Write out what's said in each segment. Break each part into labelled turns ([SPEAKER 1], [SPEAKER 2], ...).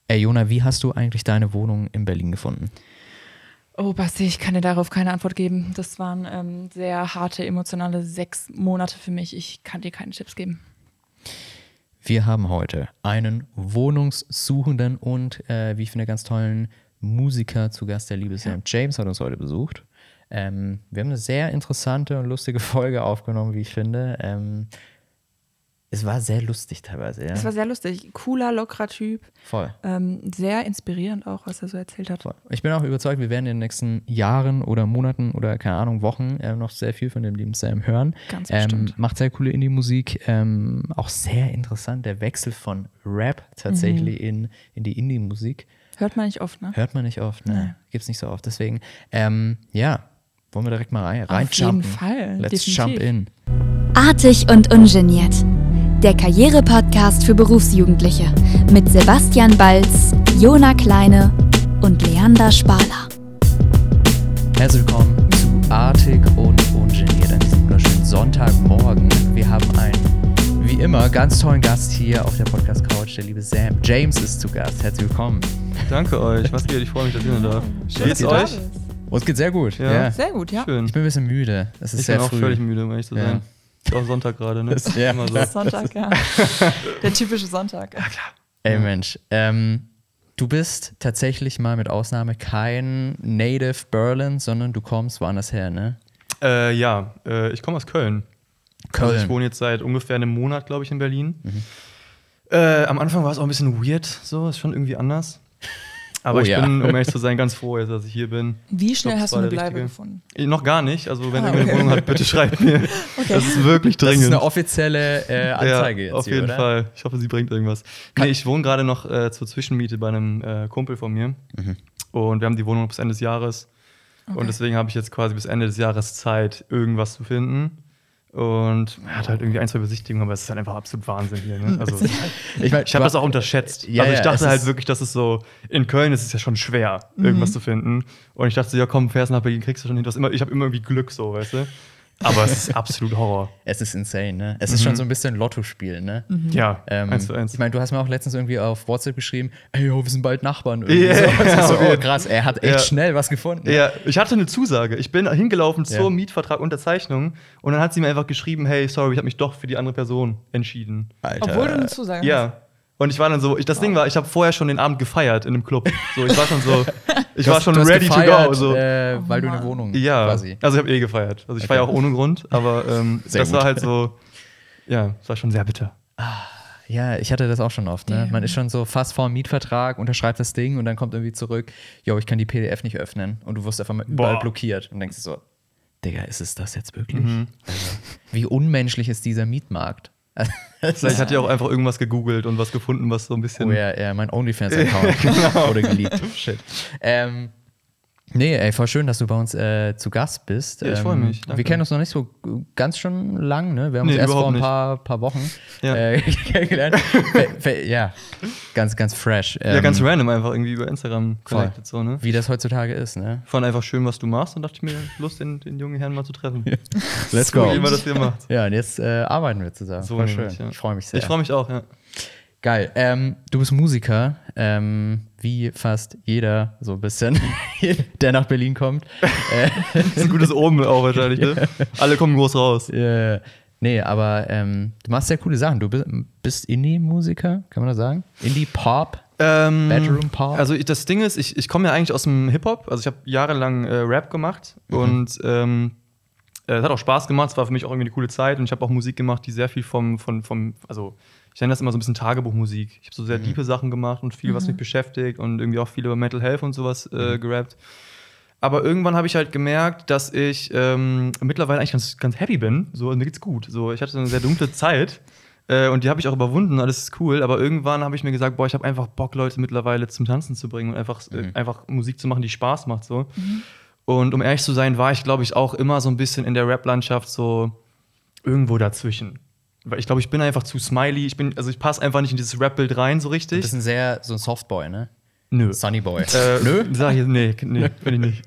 [SPEAKER 1] Ey, Jona, wie hast du eigentlich deine Wohnung in Berlin gefunden?
[SPEAKER 2] Oh, Basti, ich kann dir darauf keine Antwort geben. Das waren sehr harte, emotionale 6 Monate für mich. Ich kann dir keine Tipps geben.
[SPEAKER 1] Wir haben heute einen Wohnungssuchenden und, wie ich finde, ganz tollen Musiker zu Gast. Der liebe Sam James hat uns heute besucht. Wir haben eine sehr interessante und lustige Folge aufgenommen, wie ich finde. Es war sehr lustig teilweise, ja.
[SPEAKER 2] Es war sehr lustig. Cooler, lockerer Typ.
[SPEAKER 1] Voll.
[SPEAKER 2] Sehr inspirierend auch, was er so erzählt hat.
[SPEAKER 1] Voll. Ich bin auch überzeugt, wir werden in den nächsten Jahren oder Monaten oder, keine Ahnung, Wochen noch sehr viel von dem lieben Sam hören.
[SPEAKER 2] Ganz bestimmt.
[SPEAKER 1] Macht sehr coole Indie-Musik. Auch sehr interessant, der Wechsel von Rap tatsächlich in die Indie-Musik.
[SPEAKER 2] Hört man nicht oft, ne?
[SPEAKER 1] Hört man nicht oft, ne?
[SPEAKER 2] Nee.
[SPEAKER 1] Gibt's nicht so oft. Deswegen, wollen wir direkt mal reinjumpen.
[SPEAKER 2] Auf jeden Fall.
[SPEAKER 1] Let's
[SPEAKER 2] definitiv.
[SPEAKER 1] jump in.
[SPEAKER 3] Artig und ungeniert. Der Karriere-Podcast für Berufsjugendliche mit Sebastian Balz, Jona Kleine und Leander Spaler.
[SPEAKER 1] Herzlich willkommen zu Artig und Ungeniert an diesem wunderschönen Sonntagmorgen. Wir haben einen, wie immer, ganz tollen Gast hier auf der Podcast-Couch. Der liebe Sam James ist zu Gast. Herzlich willkommen.
[SPEAKER 4] Danke euch. Was geht? Ich freue mich, dass ihr da darf.
[SPEAKER 2] Schön,
[SPEAKER 4] Geht's
[SPEAKER 2] dass du da
[SPEAKER 4] euch?
[SPEAKER 2] bist.
[SPEAKER 1] Uns geht's sehr gut. Ja.
[SPEAKER 2] Sehr gut, ja.
[SPEAKER 4] Schön.
[SPEAKER 1] Ich bin ein bisschen müde. Es ist
[SPEAKER 4] Ich
[SPEAKER 1] sehr
[SPEAKER 4] bin auch
[SPEAKER 1] früh.
[SPEAKER 4] völlig müde, um ehrlich zu sein. Ist auch Sonntag gerade, ne?
[SPEAKER 1] Ja.
[SPEAKER 4] Immer so.
[SPEAKER 2] Das ist Sonntag, ja. Der typische Sonntag. Ja, klar.
[SPEAKER 1] Ey Mensch, du bist tatsächlich mal mit Ausnahme kein Native Berlin, sondern du kommst woanders her, ne?
[SPEAKER 4] Ich komme aus Köln.
[SPEAKER 1] Köln.
[SPEAKER 4] Also ich wohne jetzt seit ungefähr einem Monat, glaube ich, in Berlin. Am Anfang war es auch ein bisschen weird, so, ist schon irgendwie anders. Aber ich bin, um ehrlich zu sein, ganz froh, jetzt, dass ich hier bin.
[SPEAKER 2] Wie schnell
[SPEAKER 4] Ich glaub,
[SPEAKER 2] hast
[SPEAKER 4] das
[SPEAKER 2] du
[SPEAKER 4] war
[SPEAKER 2] eine
[SPEAKER 4] der
[SPEAKER 2] Bleibe
[SPEAKER 4] richtige.
[SPEAKER 2] gefunden?
[SPEAKER 4] Noch gar nicht, also wenn ihr
[SPEAKER 2] okay.
[SPEAKER 4] eine Wohnung habt, bitte schreibt mir. Das ist wirklich
[SPEAKER 1] Das
[SPEAKER 4] dringend.
[SPEAKER 1] ist eine offizielle Anzeige jetzt
[SPEAKER 4] auf
[SPEAKER 1] hier,
[SPEAKER 4] jeden
[SPEAKER 1] oder?
[SPEAKER 4] Fall. Ich hoffe, sie bringt irgendwas. Nee, ich wohne gerade noch zur Zwischenmiete bei einem Kumpel von mir. Und wir haben die Wohnung bis Ende des Jahres.
[SPEAKER 2] Okay.
[SPEAKER 4] Und deswegen habe ich jetzt quasi bis Ende des Jahres Zeit, irgendwas zu finden. Und er hat halt irgendwie 1, 2 Besichtigungen, aber es ist halt einfach absolut Wahnsinn hier. Ne? Also, ich habe das auch unterschätzt.
[SPEAKER 1] Ja,
[SPEAKER 4] also ich
[SPEAKER 1] ja,
[SPEAKER 4] dachte
[SPEAKER 1] es
[SPEAKER 4] halt
[SPEAKER 1] ist-
[SPEAKER 4] wirklich, dass es so, in Köln ist es ja schon schwer, irgendwas zu finden. Und ich dachte so, ja komm, fährst nach Berlin, kriegst du schon hin. Ich habe immer irgendwie Glück so, weißt du. Aber es ist absolut Horror.
[SPEAKER 1] Es ist insane, ne? Es ist schon so ein bisschen Lotto-Spiel, ne?
[SPEAKER 4] Ja, 1:1.
[SPEAKER 1] Ich meine, du hast mir auch letztens irgendwie auf WhatsApp geschrieben, ey, yo, wir sind bald Nachbarn. Irgendwie
[SPEAKER 4] Ja,
[SPEAKER 1] so. Das ist so,
[SPEAKER 4] ja.
[SPEAKER 1] oh, krass, er hat echt
[SPEAKER 4] Ja.
[SPEAKER 1] schnell was gefunden.
[SPEAKER 4] Ja, ich hatte eine Zusage. Ich bin hingelaufen
[SPEAKER 1] Ja.
[SPEAKER 4] zur Mietvertragunterzeichnung und dann hat sie mir einfach geschrieben, hey, sorry, ich habe mich doch für die andere Person entschieden.
[SPEAKER 1] Alter.
[SPEAKER 2] Obwohl du eine Zusage hast.
[SPEAKER 4] Ja. Und ich war dann so, das Ding war, ich habe vorher schon den Abend gefeiert in einem Club. So, ich war schon so, ich war schon
[SPEAKER 1] Du hast
[SPEAKER 4] ready to
[SPEAKER 1] gefeiert,
[SPEAKER 4] go. So.
[SPEAKER 1] weil du eine Wohnung
[SPEAKER 4] Ja,
[SPEAKER 1] quasi.
[SPEAKER 4] also ich habe gefeiert. Also ich feiere auch ohne Grund, aber
[SPEAKER 1] Sehr
[SPEAKER 4] das
[SPEAKER 1] gut.
[SPEAKER 4] war halt so, ja, es war schon sehr bitter.
[SPEAKER 1] Ja, ich hatte das auch schon oft, ne?
[SPEAKER 2] Ja.
[SPEAKER 1] Man ist schon so fast vor dem Mietvertrag, unterschreibt das Ding und dann kommt irgendwie zurück, yo, ich kann die PDF nicht öffnen und du wirst einfach mal überall
[SPEAKER 4] Boah.
[SPEAKER 1] blockiert und denkst dir so, Digga, ist es das jetzt wirklich? Also, wie unmenschlich ist dieser Mietmarkt?
[SPEAKER 4] Vielleicht hat ihr auch einfach irgendwas gegoogelt und was gefunden, was so ein bisschen.
[SPEAKER 1] Oh ja, mein OnlyFans-Account wurde geleakt. Shit. Nee, ey, voll schön, dass du bei uns zu Gast bist.
[SPEAKER 4] Ja, ich freu mich, danke.
[SPEAKER 1] Wir kennen uns noch nicht so ganz schon lang, ne? Wir haben uns
[SPEAKER 4] Nee,
[SPEAKER 1] erst vor
[SPEAKER 4] überhaupt
[SPEAKER 1] ein paar Wochen
[SPEAKER 4] Ja.
[SPEAKER 1] kennengelernt. Ja, ganz fresh.
[SPEAKER 4] Ja, ganz random einfach irgendwie über Instagram connected, so, ne?
[SPEAKER 1] Wie das heutzutage ist, ne?
[SPEAKER 4] Fand einfach schön, was du machst und dachte ich mir, Lust, den jungen Herrn mal zu treffen.
[SPEAKER 1] Let's
[SPEAKER 4] Cool, wie immer das hier macht.
[SPEAKER 1] Ja, und jetzt arbeiten wir zusammen.
[SPEAKER 4] So
[SPEAKER 1] voll
[SPEAKER 4] nämlich,
[SPEAKER 1] schön.
[SPEAKER 4] ja.
[SPEAKER 1] Ich freue mich sehr.
[SPEAKER 4] Ich freue mich auch, ja.
[SPEAKER 1] Geil. Du bist Musiker, wie fast jeder so ein bisschen, der nach Berlin kommt.
[SPEAKER 4] Das ist ein gutes Omen auch wahrscheinlich, ne? Alle kommen groß raus.
[SPEAKER 1] Nee, aber du machst sehr coole Sachen. Du bist Indie-Musiker, kann man das sagen? Indie-Pop, Bedroom-Pop?
[SPEAKER 4] Also das Ding ist, ich komme ja eigentlich aus dem Hip-Hop. Also ich habe jahrelang Rap gemacht und es hat auch Spaß gemacht. Es war für mich auch irgendwie eine coole Zeit und ich habe auch Musik gemacht, die sehr viel also ich nenne das immer so ein bisschen Tagebuchmusik. Ich habe so sehr tiefe Sachen gemacht und viel, was mich beschäftigt und irgendwie auch viel über Mental Health und sowas gerappt. Aber irgendwann habe ich halt gemerkt, dass ich mittlerweile eigentlich ganz happy bin. So, mir geht's gut. So, ich hatte so eine sehr dunkle Zeit und die habe ich auch überwunden. Alles ist cool. Aber irgendwann habe ich mir gesagt, boah, ich habe einfach Bock, Leute mittlerweile zum Tanzen zu bringen und einfach Musik zu machen, die Spaß macht. So. Und um ehrlich zu sein, war ich, glaube ich, auch immer so ein bisschen in der Rap-Landschaft so irgendwo dazwischen. Weil ich glaube, ich bin einfach zu smiley. Ich passe einfach nicht in dieses Rap-Bild rein so
[SPEAKER 1] Du
[SPEAKER 4] richtig.
[SPEAKER 1] bist so ein Softboy, ne?
[SPEAKER 4] Nö.
[SPEAKER 1] Sunnyboy.
[SPEAKER 4] Nö? Sag ich, nee, bin ich nicht.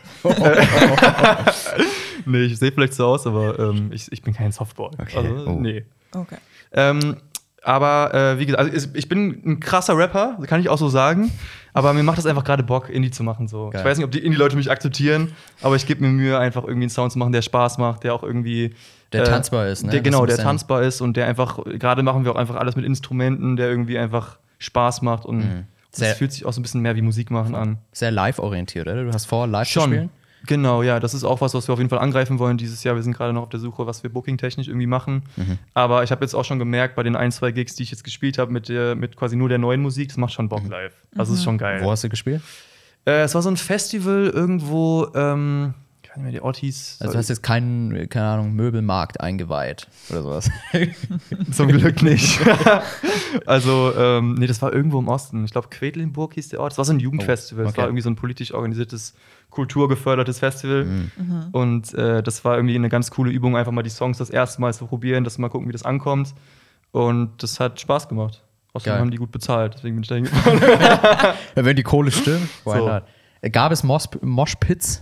[SPEAKER 4] Nee, ich sehe vielleicht so aus, aber ich bin kein Softboy.
[SPEAKER 1] Okay.
[SPEAKER 4] Also,
[SPEAKER 1] Oh.
[SPEAKER 4] nee.
[SPEAKER 2] Okay.
[SPEAKER 4] Aber wie gesagt, also ich bin ein krasser Rapper, kann ich auch so sagen. Aber mir macht das einfach gerade Bock, Indie zu machen. So. Ich weiß nicht, ob die Indie-Leute mich akzeptieren, aber ich gebe mir Mühe, einfach irgendwie einen Sound zu machen, der Spaß macht, der auch irgendwie
[SPEAKER 1] der tanzbar ist, ne?
[SPEAKER 4] Der tanzbar ist und der einfach, gerade machen wir auch einfach alles mit Instrumenten, der irgendwie einfach Spaß macht und das fühlt sich auch so ein bisschen mehr wie Musik machen an.
[SPEAKER 1] Sehr live-orientiert, oder? Du hast vor, live zu spielen?
[SPEAKER 4] Genau, ja, das ist auch was wir auf jeden Fall angreifen wollen dieses Jahr. Wir sind gerade noch auf der Suche, was wir booking-technisch irgendwie machen. Aber ich habe jetzt auch schon gemerkt, bei den 1, 2 Gigs, die ich jetzt gespielt habe, mit quasi nur der neuen Musik, das macht schon Bock live. Also ist schon geil.
[SPEAKER 1] Wo hast du gespielt?
[SPEAKER 4] Es war so ein Festival irgendwo, ich weiß nicht mehr, die Ort hieß.
[SPEAKER 1] Also du hast jetzt keinen, keine Ahnung, Möbelmarkt eingeweiht oder sowas.
[SPEAKER 4] Zum Glück nicht. Also, nee, das war irgendwo im Osten. Ich glaube, Quedlinburg hieß der Ort. Das war so ein Jugendfestival. Das war irgendwie so ein politisch organisiertes, kulturgefördertes Festival. Und das war irgendwie eine ganz coole Übung, einfach mal die Songs das erste Mal zu probieren, dass mal gucken, wie das ankommt. Und das hat Spaß gemacht. Außerdem haben die gut bezahlt, deswegen bin ich da hingefahren.
[SPEAKER 1] Ja, wenn die Kohle stimmt, why not? Gab es Moshpits?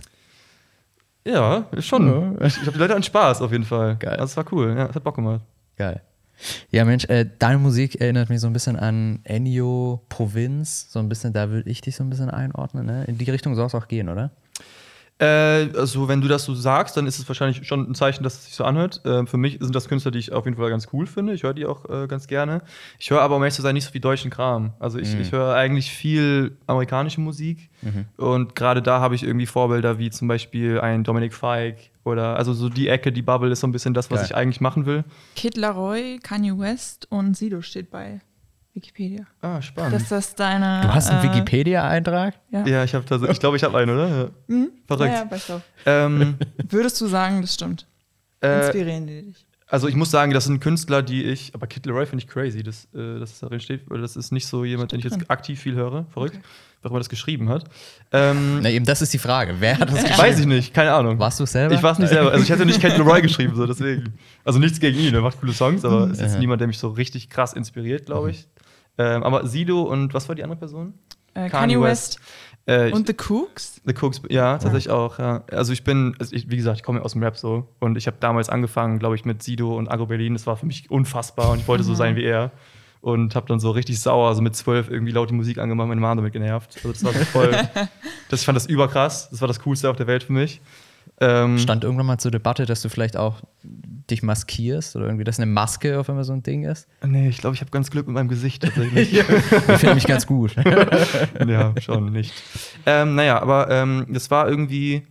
[SPEAKER 4] Ja, schon. Ja. Ich glaube, die Leute hatten Spaß auf jeden Fall.
[SPEAKER 1] Geil.
[SPEAKER 4] Also, es war cool. Ja, es hat Bock gemacht.
[SPEAKER 1] Geil. Ja, Mensch, deine Musik erinnert mich so ein bisschen an Ennio, Provinz. So ein bisschen, da würde ich dich so ein bisschen einordnen. Ne? In die Richtung soll es auch gehen, oder?
[SPEAKER 4] Also, wenn du das so sagst, dann ist es wahrscheinlich schon ein Zeichen, dass es sich so anhört. Für mich sind das Künstler, die ich auf jeden Fall ganz cool finde. Ich höre die auch ganz gerne. Ich höre aber, um ehrlich zu sein, nicht so viel deutschen Kram. Also, ich höre eigentlich viel amerikanische Musik. Und gerade da habe ich irgendwie Vorbilder wie zum Beispiel ein Dominic Fike oder also so die Ecke, die Bubble ist so ein bisschen das, was ich eigentlich machen will.
[SPEAKER 2] Kid Laroi, Kanye West und Sido steht bei Wikipedia.
[SPEAKER 4] Ah, spannend.
[SPEAKER 2] Dass das deine.
[SPEAKER 1] Du hast einen Wikipedia-Eintrag?
[SPEAKER 4] Ja, ich glaube, ich habe einen, oder? Ja. Verrückt.
[SPEAKER 2] Ja, weißt du. Würdest du sagen, das stimmt? Inspirieren die dich?
[SPEAKER 4] Also ich muss sagen, das sind Künstler, die ich, aber Kid Laroi finde ich crazy, dass das darin steht, weil das ist nicht so jemand, den ich jetzt aktiv viel höre. Verrückt. Okay. Warum er das geschrieben hat.
[SPEAKER 1] Na eben, das ist die Frage. Wer hat das geschrieben?
[SPEAKER 4] Weiß ich nicht, keine Ahnung.
[SPEAKER 1] Warst du es selber?
[SPEAKER 4] Ich war es nicht selber. Also ich hätte nicht Kid Laroi geschrieben, so deswegen. Also nichts gegen ihn, er macht coole Songs, aber es ist niemand, der mich so richtig krass inspiriert, glaube ich. Aber Sido und was war die andere Person?
[SPEAKER 2] Kanye West. Und The Cooks?
[SPEAKER 4] The Cooks, ja, tatsächlich auch. Ja. Also wie gesagt, ich komme ja aus dem Rap so. Und ich habe damals angefangen, glaube ich, mit Sido und Agro Berlin. Das war für mich unfassbar und ich wollte so sein wie er. Und habe dann so richtig sauer, so mit 12 irgendwie laut die Musik angemacht, meine Mama damit genervt. Also das war so voll, ich fand das überkrass. Das war das Coolste auf der Welt für mich.
[SPEAKER 1] Stand irgendwann mal zur Debatte, dass du vielleicht auch dich maskierst oder irgendwie, dass eine Maske auf einmal so ein Ding ist?
[SPEAKER 4] Nee, ich glaube, ich habe ganz Glück mit meinem Gesicht tatsächlich.
[SPEAKER 1] Ich finde mich ganz gut.
[SPEAKER 4] Ja, schon nicht. Naja, aber das war irgendwie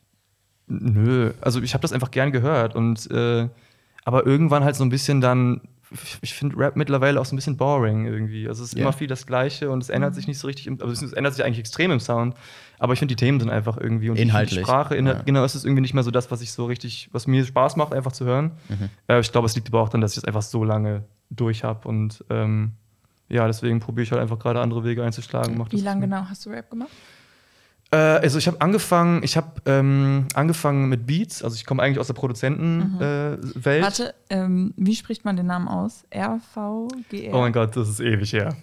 [SPEAKER 4] nö, also ich habe das einfach gern gehört und aber irgendwann halt so ein bisschen dann ich finde Rap mittlerweile auch so ein bisschen boring irgendwie. Also es ist immer viel das Gleiche und es ändert sich nicht so richtig, also es ändert sich eigentlich extrem im Sound, aber ich finde die Themen sind einfach irgendwie und
[SPEAKER 1] inhaltlich.
[SPEAKER 4] Die Sprache, genau, es ist irgendwie nicht mehr so das, was mir Spaß macht, einfach zu hören. Ich glaube, es liegt aber auch daran, dass ich das einfach so lange durch habe und ja, deswegen probiere ich halt einfach gerade andere Wege einzuschlagen.
[SPEAKER 2] Wie lange genau hast du Rap gemacht?
[SPEAKER 4] Also ich habe angefangen mit Beats, also ich komme eigentlich aus der Produzentenwelt.
[SPEAKER 2] Warte, wie spricht man den Namen aus? R-V-G-R?
[SPEAKER 4] Oh mein Gott, das ist ewig her.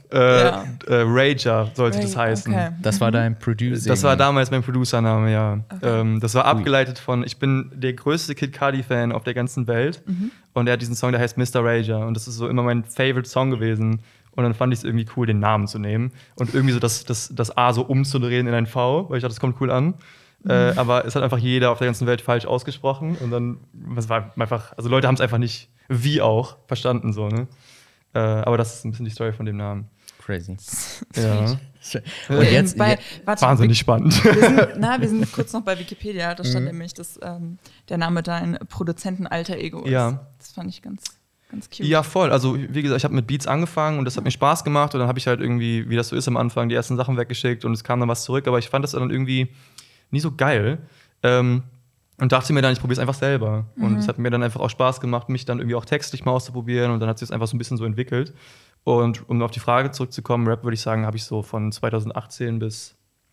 [SPEAKER 4] Rager sollte das heißen.
[SPEAKER 2] Okay.
[SPEAKER 1] Das war dein Producing.
[SPEAKER 4] Das war damals mein Producername, ja. Okay. Das war abgeleitet von, ich bin der größte Kid Cudi-Fan auf der ganzen Welt. Und er hat diesen Song, der heißt Mr. Rager. Und das ist so immer mein Favorite Song gewesen. Und dann fand ich es irgendwie cool, den Namen zu nehmen. Und irgendwie so das A so umzudrehen in ein V, weil ich dachte, das kommt cool an. Aber es hat einfach jeder auf der ganzen Welt falsch ausgesprochen. Und dann, es war einfach, also Leute haben es einfach nicht, wie auch, verstanden so, ne? Aber das ist ein bisschen die Story von dem Namen.
[SPEAKER 1] Crazy.
[SPEAKER 4] Ja.
[SPEAKER 1] Und jetzt,
[SPEAKER 4] wahnsinnig spannend.
[SPEAKER 2] Wir sind kurz noch bei Wikipedia. Da stand nämlich, dass der Name dein Produzenten-Alter-Ego ist.
[SPEAKER 4] Ja.
[SPEAKER 2] Das fand ich ganz cute.
[SPEAKER 4] Ja, voll. Also, wie gesagt, ich habe mit Beats angefangen und das hat mir Spaß gemacht. Und dann habe ich halt irgendwie, wie das so ist am Anfang, die ersten Sachen weggeschickt und es kam dann was zurück. Aber ich fand das dann irgendwie nie so geil. Und dachte mir dann, ich probiere es einfach selber. Und es hat mir dann einfach auch Spaß gemacht, mich dann irgendwie auch textlich mal auszuprobieren. Und dann hat sich das einfach so ein bisschen so entwickelt. Und um auf die Frage zurückzukommen, Rap würde ich sagen, habe ich so von 2018 bis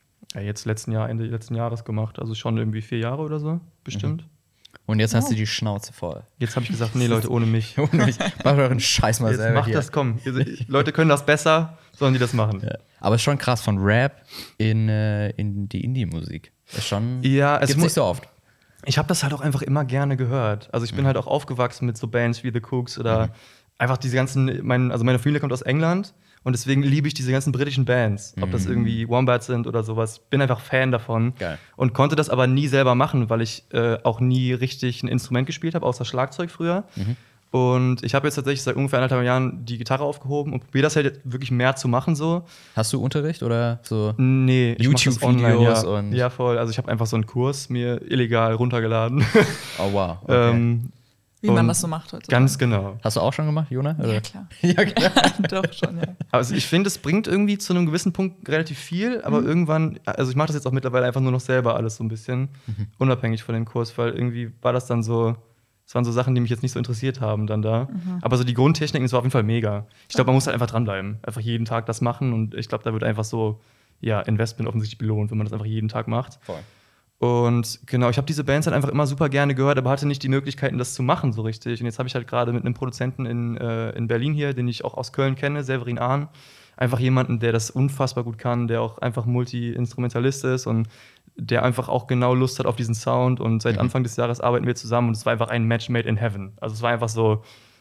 [SPEAKER 4] Ende letzten Jahres gemacht. Also schon irgendwie 4 Jahre oder so, bestimmt.
[SPEAKER 1] Und jetzt hast du die Schnauze voll.
[SPEAKER 4] Jetzt habe ich gesagt, nee, Leute, ohne mich.
[SPEAKER 1] Macht euren Scheiß mal
[SPEAKER 4] jetzt
[SPEAKER 1] selber
[SPEAKER 4] macht
[SPEAKER 1] hier.
[SPEAKER 4] das, komm. Leute können das besser, sollen die das machen.
[SPEAKER 1] Ja. Aber es ist schon krass, von Rap in die Indie-Musik. Ist schon, gibt's nicht so oft.
[SPEAKER 4] Ich habe das halt auch einfach immer gerne gehört. Also ich bin halt auch aufgewachsen mit so Bands wie The Cooks oder einfach diese ganzen, meine Familie kommt aus England und deswegen liebe ich diese ganzen britischen Bands. Ob das irgendwie Wombats sind oder sowas. Bin einfach Fan davon.
[SPEAKER 1] Geil.
[SPEAKER 4] Und konnte das aber nie selber machen, weil ich auch nie richtig ein Instrument gespielt habe, außer Schlagzeug früher. Und ich habe jetzt tatsächlich seit ungefähr 1,5 Jahren die Gitarre aufgehoben und probiere das halt wirklich mehr zu machen so.
[SPEAKER 1] Hast du Unterricht oder so?
[SPEAKER 4] Nee, ich mach das
[SPEAKER 1] YouTube-Videos
[SPEAKER 4] online,
[SPEAKER 1] und.
[SPEAKER 4] Ja, voll. Also ich habe einfach so einen Kurs mir illegal runtergeladen.
[SPEAKER 1] Oh, wow. Okay.
[SPEAKER 2] Wie man
[SPEAKER 4] und
[SPEAKER 2] das so macht heute.
[SPEAKER 4] Ganz genau.
[SPEAKER 1] Hast du auch schon gemacht, Jona?
[SPEAKER 2] Ja, klar.
[SPEAKER 1] Ja, klar.
[SPEAKER 2] Doch, schon, ja.
[SPEAKER 4] Also ich finde, es bringt irgendwie zu einem gewissen Punkt relativ viel, aber irgendwann, also ich mache das jetzt auch mittlerweile einfach nur noch selber alles so ein bisschen, unabhängig von dem Kurs, weil irgendwie war das dann so, es waren so Sachen, die mich jetzt nicht so interessiert haben dann da. Aber so die Grundtechniken, das war auf jeden Fall mega. Ich glaube, man muss halt einfach dranbleiben, einfach jeden Tag das machen und ich glaube, da wird einfach so, ja, Investment offensichtlich belohnt, wenn man das einfach jeden Tag macht.
[SPEAKER 1] Voll.
[SPEAKER 4] Und genau, ich habe diese Bands halt einfach immer super gerne gehört, aber hatte nicht die Möglichkeiten, das zu machen so richtig. Und jetzt habe ich halt gerade mit einem Produzenten in Berlin hier, den ich auch aus Köln kenne, Severin Ahn, einfach jemanden, der das unfassbar gut kann, der auch einfach Multi-Instrumentalist ist und der einfach auch genau Lust hat auf diesen Sound. Und seit Anfang des Jahres arbeiten wir zusammen und es war einfach ein Match made in heaven. Also es war einfach so,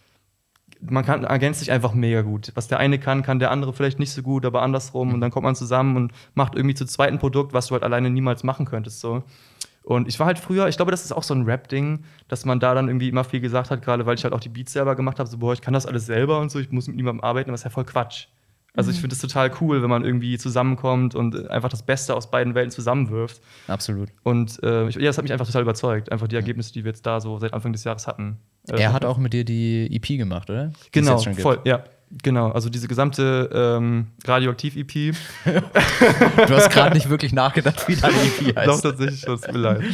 [SPEAKER 4] man ergänzt sich einfach mega gut. Was der eine kann der andere vielleicht nicht so gut, aber andersrum. Und dann kommt man zusammen und macht irgendwie zu zweit ein Produkt, was du halt alleine niemals machen könntest. So. Und ich war halt früher, ich glaube, das ist auch so ein Rap-Ding, dass man da dann irgendwie immer viel gesagt hat, gerade weil ich halt auch die Beats selber gemacht habe, so, boah, ich kann das alles selber und so, ich muss mit niemandem arbeiten, aber das ist ja voll Quatsch. Also ich finde es total cool, wenn man irgendwie zusammenkommt und einfach das Beste aus beiden Welten zusammenwirft.
[SPEAKER 1] Absolut.
[SPEAKER 4] Und das hat mich einfach total überzeugt, einfach die Ergebnisse, die wir jetzt da so seit Anfang des Jahres hatten.
[SPEAKER 1] Er hat auch mit dir die EP gemacht, oder? Die es
[SPEAKER 4] Genau,
[SPEAKER 1] jetzt schon gibt.
[SPEAKER 4] voll, ja. Genau, also diese gesamte Radioaktiv-EP.
[SPEAKER 1] Du hast gerade nicht wirklich nachgedacht, wie deine EP heißt.
[SPEAKER 4] Doch, tatsächlich, tut mir leid.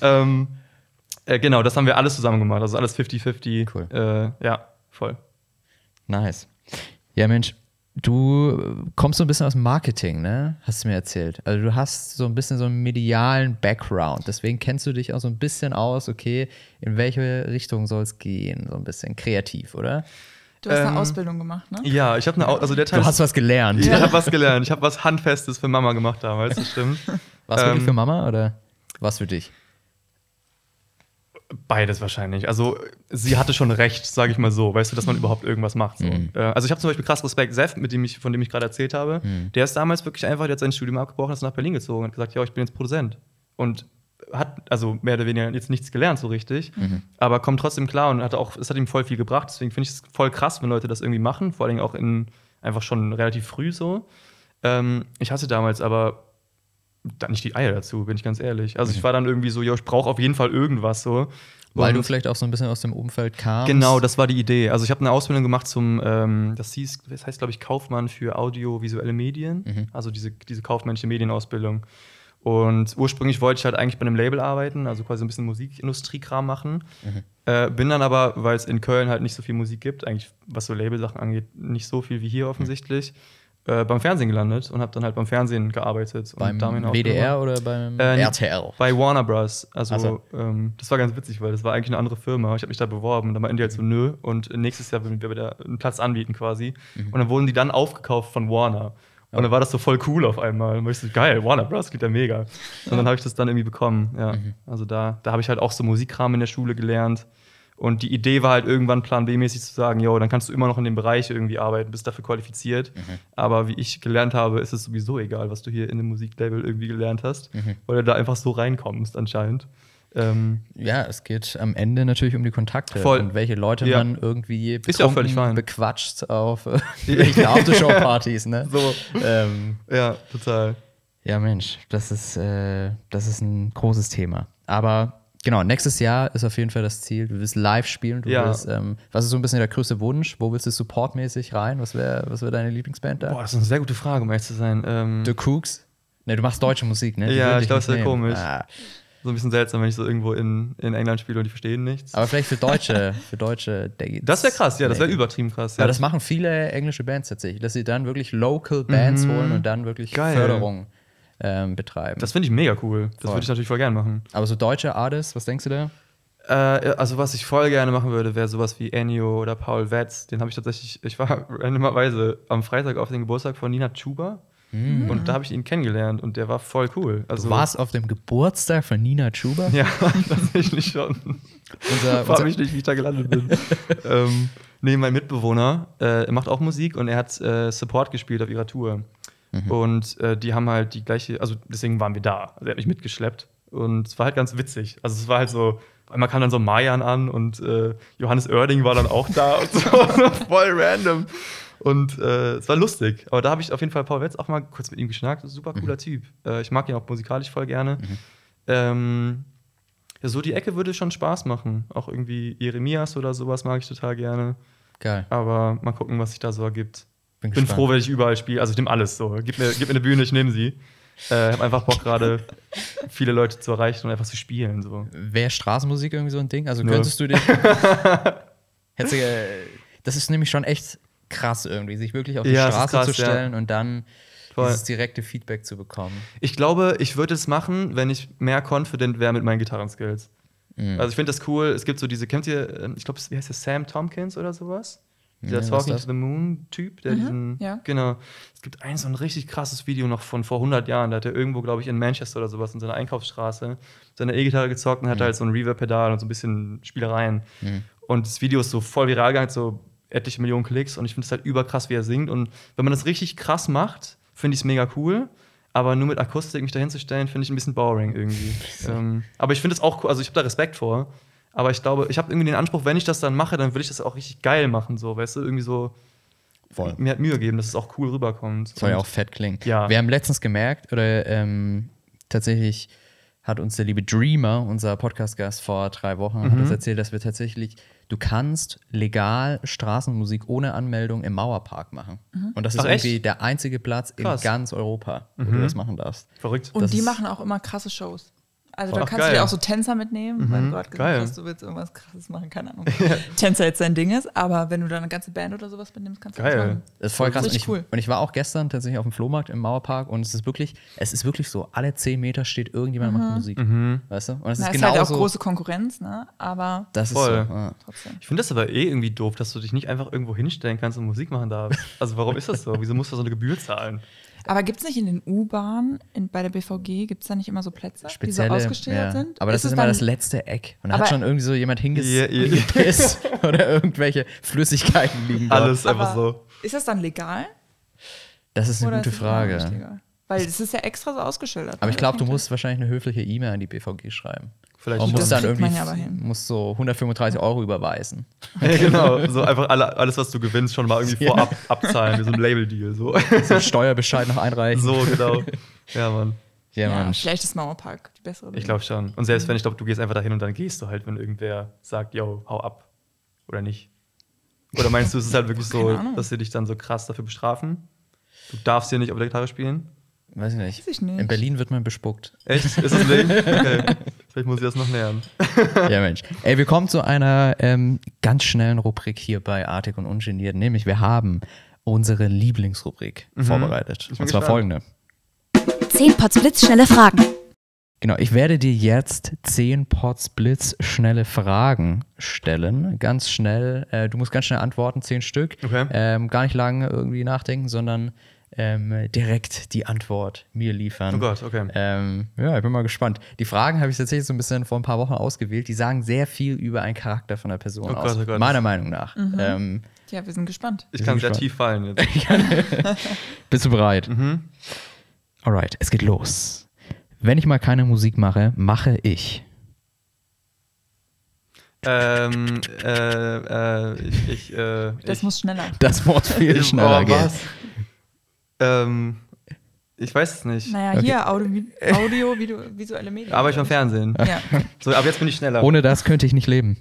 [SPEAKER 4] Genau, das haben wir alles zusammen gemacht, also alles 50-50.
[SPEAKER 1] Cool.
[SPEAKER 4] Ja, voll.
[SPEAKER 1] Nice. Ja, Mensch, du kommst so ein bisschen aus dem Marketing, ne? Hast du mir erzählt. Also du hast so ein bisschen so einen medialen Background. Deswegen kennst du dich auch so ein bisschen aus, okay, in welche Richtung soll es gehen? So ein bisschen kreativ, oder?
[SPEAKER 2] Du hast eine Ausbildung gemacht, ne?
[SPEAKER 4] Ja, ich habe also der Teil.
[SPEAKER 1] Du hast was gelernt.
[SPEAKER 4] Ja, ich habe was gelernt. Ich habe was Handfestes für Mama gemacht damals, das stimmt.
[SPEAKER 1] War es wirklich für Mama oder was für dich?
[SPEAKER 4] Beides wahrscheinlich. Also sie hatte schon recht, sage ich mal so, weißt du, dass man überhaupt irgendwas macht. So. Also ich habe zum Beispiel krass Respekt, Seth, von dem ich gerade erzählt habe, der ist damals wirklich einfach, der hat sein Studium abgebrochen, ist nach Berlin gezogen und hat gesagt, ja, ich bin jetzt Produzent. Und hat also mehr oder weniger jetzt nichts gelernt so richtig, aber kommt trotzdem klar und es hat ihm voll viel gebracht. Deswegen finde ich es voll krass, wenn Leute das irgendwie machen, vor allem auch einfach schon relativ früh so. Ich hatte damals aber dann nicht die Eier dazu, bin ich ganz ehrlich. Also ich war dann irgendwie so, ja, ich brauche auf jeden Fall irgendwas so.
[SPEAKER 1] Weil du vielleicht auch so ein bisschen aus dem Umfeld kamst.
[SPEAKER 4] Genau, das war die Idee. Also ich habe eine Ausbildung gemacht das heißt, glaube ich, Kaufmann für audiovisuelle Medien. Also diese kaufmännische Medienausbildung. Und ursprünglich wollte ich halt eigentlich bei einem Label arbeiten, also quasi ein bisschen Musikindustrie-Kram machen. Bin dann aber, weil es in Köln halt nicht so viel Musik gibt, eigentlich was so Labelsachen angeht, nicht so viel wie hier offensichtlich, beim Fernsehen gelandet und habe dann halt beim Fernsehen gearbeitet.
[SPEAKER 1] Beim
[SPEAKER 4] und
[SPEAKER 1] WDR oder beim RTL?
[SPEAKER 4] Bei Warner Bros. Also,
[SPEAKER 1] Ach
[SPEAKER 4] das war ganz witzig, weil das war eigentlich eine andere Firma. Ich habe mich da beworben und dann meinten die halt so, nö. Und nächstes Jahr würden wir wieder einen Platz anbieten quasi. Und dann wurden die dann aufgekauft von Warner. Und dann war das so voll cool auf einmal. Und ich so, geil, Warner Bros. Geht ja mega. Und dann habe ich das dann irgendwie bekommen. Ja. Also da habe ich halt auch so Musikkram in der Schule gelernt. Und die Idee war halt irgendwann Plan B-mäßig zu sagen, jo, dann kannst du immer noch in dem Bereich irgendwie arbeiten, bist dafür qualifiziert. Aber wie ich gelernt habe, ist es sowieso egal, was du hier in dem Musiklabel irgendwie gelernt hast, weil du da einfach so reinkommst anscheinend.
[SPEAKER 1] Ja, es geht am Ende natürlich um die Kontakte
[SPEAKER 4] Voll.
[SPEAKER 1] und welche Leute man irgendwie
[SPEAKER 4] Ist ja auch völlig fein.
[SPEAKER 1] bequatscht auf welchen Aftershow-Partys, ne?
[SPEAKER 4] So. Ja, total.
[SPEAKER 1] Ja, Mensch, das ist ein großes Thema. Aber genau, nächstes Jahr ist auf jeden Fall das Ziel. Du willst live spielen. Was ist so ein bisschen der größte Wunsch? Wo willst du supportmäßig rein? Was wär deine Lieblingsband da?
[SPEAKER 4] Boah, das ist eine sehr gute Frage, um ehrlich zu sein.
[SPEAKER 1] The Cooks? Ne, du machst deutsche Musik, ne?
[SPEAKER 4] Ja, ich glaube, das wäre komisch.
[SPEAKER 1] Ah.
[SPEAKER 4] So ein bisschen seltsam, wenn ich so irgendwo in England spiele und die verstehen nichts.
[SPEAKER 1] Aber vielleicht für Deutsche Dates.
[SPEAKER 4] Das wäre krass, ja, das wäre übertrieben krass. Ja.
[SPEAKER 1] Aber das machen viele englische Bands tatsächlich, dass sie dann wirklich Local Bands holen und dann wirklich
[SPEAKER 4] Geil.
[SPEAKER 1] Förderung betreiben.
[SPEAKER 4] Das finde ich mega cool. Das
[SPEAKER 1] Voll.
[SPEAKER 4] würde ich natürlich voll gerne machen.
[SPEAKER 1] Aber so deutsche Artists, was denkst du da?
[SPEAKER 4] Also was ich voll gerne machen würde, wäre sowas wie Ennio oder Paul Wetz. Den habe ich tatsächlich, ich war randomerweise am Freitag auf den Geburtstag von Nina Chuba. Und da habe ich ihn kennengelernt und der war voll cool. Also,
[SPEAKER 1] Du warst auf dem Geburtstag von Nina Chuba?
[SPEAKER 4] Ja, tatsächlich schon. Frag mich nicht, wie ich da gelandet bin. Nee, mein Mitbewohner macht auch Musik und er hat Support gespielt auf ihrer Tour. Und die haben halt die gleiche, also deswegen waren wir da. Also er hat mich mitgeschleppt. Und es war halt ganz witzig. Also es war halt so, einmal kam dann so Mayan an und Johannes Oerding war dann auch da und so. Voll random. Und es war lustig. Aber da habe ich auf jeden Fall Paul Wetz auch mal kurz mit ihm geschnackt. Super cooler Typ. Ich mag ihn auch musikalisch voll gerne. Ja, so die Ecke würde schon Spaß machen. Auch irgendwie Jeremias oder sowas mag ich total gerne.
[SPEAKER 1] Geil.
[SPEAKER 4] Aber mal gucken, was sich da so ergibt.
[SPEAKER 1] Bin
[SPEAKER 4] Bin
[SPEAKER 1] gespannt.
[SPEAKER 4] froh, wenn ich überall spiele. Also ich nehme alles so. Gib mir eine Bühne, ich nehme sie. Ich habe einfach Bock gerade, viele Leute zu erreichen und einfach zu spielen. So.
[SPEAKER 1] Wäre Straßenmusik irgendwie so ein Ding? Also
[SPEAKER 4] Nö.
[SPEAKER 1] könntest du dich. Das ist nämlich schon echt krass irgendwie, sich wirklich auf die
[SPEAKER 4] Ja, es ist
[SPEAKER 1] Straße
[SPEAKER 4] krass,
[SPEAKER 1] zu stellen und dann
[SPEAKER 4] Voll.
[SPEAKER 1] dieses direkte Feedback zu bekommen.
[SPEAKER 4] Ich glaube, ich würde es machen, wenn ich mehr confident wäre mit meinen Gitarrenskills. Also ich finde das cool. Es gibt so diese, kennt ihr, ich glaube, wie heißt der, Sam Tompkins oder sowas? Dieser
[SPEAKER 1] Nee, was
[SPEAKER 4] Talking
[SPEAKER 1] ist
[SPEAKER 4] to
[SPEAKER 1] das?
[SPEAKER 4] the Moon-Typ, der diesen.
[SPEAKER 2] ja.
[SPEAKER 4] Genau. Es gibt so ein richtig krasses Video noch von vor 100 Jahren. Da hat er irgendwo, glaube ich, in Manchester oder sowas, in seiner Einkaufsstraße, seine E-Gitarre gezockt und hat halt so ein Reverb-Pedal und so ein bisschen Spielereien. Und das Video ist so voll viral gegangen, so etliche Millionen Klicks. Und ich finde es halt überkrass, wie er singt. Und wenn man das richtig krass macht, finde ich es mega cool. Aber nur mit Akustik mich dahin zu stellen, finde ich ein bisschen boring irgendwie. Aber ich finde es auch cool, also ich habe da Respekt vor. Aber ich glaube, ich habe irgendwie den Anspruch, wenn ich das dann mache, dann will ich das auch richtig geil machen, so, weißt du, irgendwie so
[SPEAKER 1] Voll.
[SPEAKER 4] mir halt Mühe geben, dass es auch cool rüberkommt.
[SPEAKER 1] Soll ja
[SPEAKER 4] Und-
[SPEAKER 1] auch fett klingen.
[SPEAKER 4] Ja.
[SPEAKER 1] Wir haben letztens gemerkt, oder tatsächlich hat uns der liebe Dreamer, unser Podcast-Gast vor 3 Wochen, hat uns erzählt, dass wir tatsächlich, du kannst legal Straßenmusik ohne Anmeldung im Mauerpark machen. Und das ist
[SPEAKER 4] Ach, echt?
[SPEAKER 1] irgendwie der einzige Platz
[SPEAKER 4] Krass.
[SPEAKER 1] in ganz Europa, wo du das machen darfst.
[SPEAKER 4] Verrückt.
[SPEAKER 2] Und
[SPEAKER 1] Das
[SPEAKER 2] die
[SPEAKER 1] ist-
[SPEAKER 2] machen auch immer krasse Shows. Also da
[SPEAKER 4] Ach,
[SPEAKER 2] kannst du
[SPEAKER 4] geil.
[SPEAKER 2] dir auch so Tänzer mitnehmen, weil du gerade
[SPEAKER 4] geil.
[SPEAKER 2] gesagt hast, du willst irgendwas krasses machen, keine Ahnung. Tänzer jetzt dein Ding ist, aber wenn du da eine ganze Band oder sowas mitnimmst, kannst du das
[SPEAKER 4] Geil.
[SPEAKER 2] machen.
[SPEAKER 1] Das ist voll krass.
[SPEAKER 2] Richtig cool.
[SPEAKER 1] Und ich war auch gestern tatsächlich auf dem Flohmarkt im Mauerpark und es ist wirklich so, alle 10 Meter steht irgendjemand und macht Musik. Weißt du? Und es
[SPEAKER 2] Na,
[SPEAKER 1] ist
[SPEAKER 2] ist halt auch
[SPEAKER 1] genauso.
[SPEAKER 2] große Konkurrenz, ne? Aber
[SPEAKER 1] Das ist
[SPEAKER 4] Voll.
[SPEAKER 1] so. Ja.
[SPEAKER 2] trotzdem.
[SPEAKER 4] Ich finde das aber irgendwie doof, dass du dich nicht einfach irgendwo hinstellen kannst und Musik machen darfst. Also warum ist das so? Wieso musst du so eine Gebühr zahlen?
[SPEAKER 2] Aber gibt es nicht in den U-Bahnen, bei der BVG, gibt es da nicht immer so Plätze,
[SPEAKER 1] Spezielle,
[SPEAKER 2] die so ausgestellt
[SPEAKER 1] ja.
[SPEAKER 2] sind?
[SPEAKER 1] Aber das ist
[SPEAKER 2] es
[SPEAKER 1] immer
[SPEAKER 2] dann-
[SPEAKER 1] das letzte Eck. Und da hat
[SPEAKER 2] Aber-
[SPEAKER 1] schon irgendwie so jemand
[SPEAKER 4] Ja.
[SPEAKER 1] hingepisst oder irgendwelche Flüssigkeiten liegen dort.
[SPEAKER 4] Alles einfach
[SPEAKER 2] aber
[SPEAKER 4] so.
[SPEAKER 2] Ist das dann legal?
[SPEAKER 1] Das ist eine
[SPEAKER 2] Oder
[SPEAKER 1] gute
[SPEAKER 2] ist es immer noch nicht
[SPEAKER 1] Frage.
[SPEAKER 2] legal? Weil es ist ja extra so ausgeschildert.
[SPEAKER 1] Aber ich glaube, du
[SPEAKER 2] musst
[SPEAKER 1] musst wahrscheinlich eine höfliche E-Mail an die BVG schreiben.
[SPEAKER 4] Vielleicht
[SPEAKER 1] Und
[SPEAKER 4] schon.
[SPEAKER 1] musst
[SPEAKER 2] Das
[SPEAKER 1] dann
[SPEAKER 2] kriegt man
[SPEAKER 1] irgendwie
[SPEAKER 2] ja aber hin.
[SPEAKER 1] musst so 135 € überweisen.
[SPEAKER 4] Ja, genau. So einfach alles, was du gewinnst, schon mal irgendwie vorab abzahlen, wie so ein Label-Deal. So.
[SPEAKER 1] So einen Steuerbescheid noch einreichen.
[SPEAKER 4] So, genau. Ja, Mann.
[SPEAKER 1] Ja,
[SPEAKER 2] Ja,
[SPEAKER 1] Mann.
[SPEAKER 2] vielleicht ist Mauerpark die bessere
[SPEAKER 4] Ich glaube schon. Und selbst wenn ich glaube, du gehst einfach dahin und dann gehst du halt, wenn irgendwer sagt, yo, hau ab. Oder nicht. Oder meinst du, es ist halt wirklich so,
[SPEAKER 2] Keine Ahnung.
[SPEAKER 4] dass sie dich dann so krass dafür bestrafen? Du darfst hier nicht auf der Gitarre spielen?
[SPEAKER 1] Weiß ich nicht.
[SPEAKER 2] Weiß ich nicht.
[SPEAKER 1] In Berlin wird man bespuckt.
[SPEAKER 4] Echt? Ist das ein Ding? Okay. Vielleicht muss ich das noch lernen.
[SPEAKER 1] Ja, Mensch. Ey, wir kommen zu einer ganz schnellen Rubrik hier bei Artig und Ungeniert. Nämlich, wir haben unsere Lieblingsrubrik vorbereitet.
[SPEAKER 4] Ich
[SPEAKER 1] Und
[SPEAKER 4] bin
[SPEAKER 1] zwar
[SPEAKER 4] gespannt.
[SPEAKER 1] folgende.
[SPEAKER 3] 10 Pots blitzschnelle Fragen.
[SPEAKER 1] Genau, ich werde dir jetzt 10 Pots Blitz schnelle Fragen stellen. Ganz schnell. Du musst ganz schnell antworten, 10 Stück.
[SPEAKER 4] Okay.
[SPEAKER 1] Gar nicht lange irgendwie nachdenken, sondern direkt die Antwort mir liefern.
[SPEAKER 4] Oh Gott, okay.
[SPEAKER 1] Ja, ich bin mal gespannt. Die Fragen habe ich tatsächlich so ein bisschen vor ein paar Wochen ausgewählt. Die sagen sehr viel über einen Charakter von der Person
[SPEAKER 4] Oh Gott,
[SPEAKER 1] aus.
[SPEAKER 4] oh Gott.
[SPEAKER 1] Meiner Meinung nach.
[SPEAKER 2] Ja, wir sind gespannt.
[SPEAKER 4] Ich kann sehr
[SPEAKER 1] gespannt.
[SPEAKER 4] tief fallen jetzt.
[SPEAKER 1] Bist du bereit? Alright, es geht los. Wenn ich mal keine Musik mache, mache ich.
[SPEAKER 2] Das
[SPEAKER 4] ich
[SPEAKER 2] muss schneller.
[SPEAKER 1] Das muss viel schneller gehen.
[SPEAKER 4] was? Ich weiß es nicht.
[SPEAKER 2] Naja,
[SPEAKER 1] Okay.
[SPEAKER 2] hier visuelle Medien.
[SPEAKER 4] Aber ich beim Fernsehen.
[SPEAKER 2] Ja.
[SPEAKER 4] So, aber jetzt bin ich schneller.
[SPEAKER 1] Ohne das könnte ich nicht leben.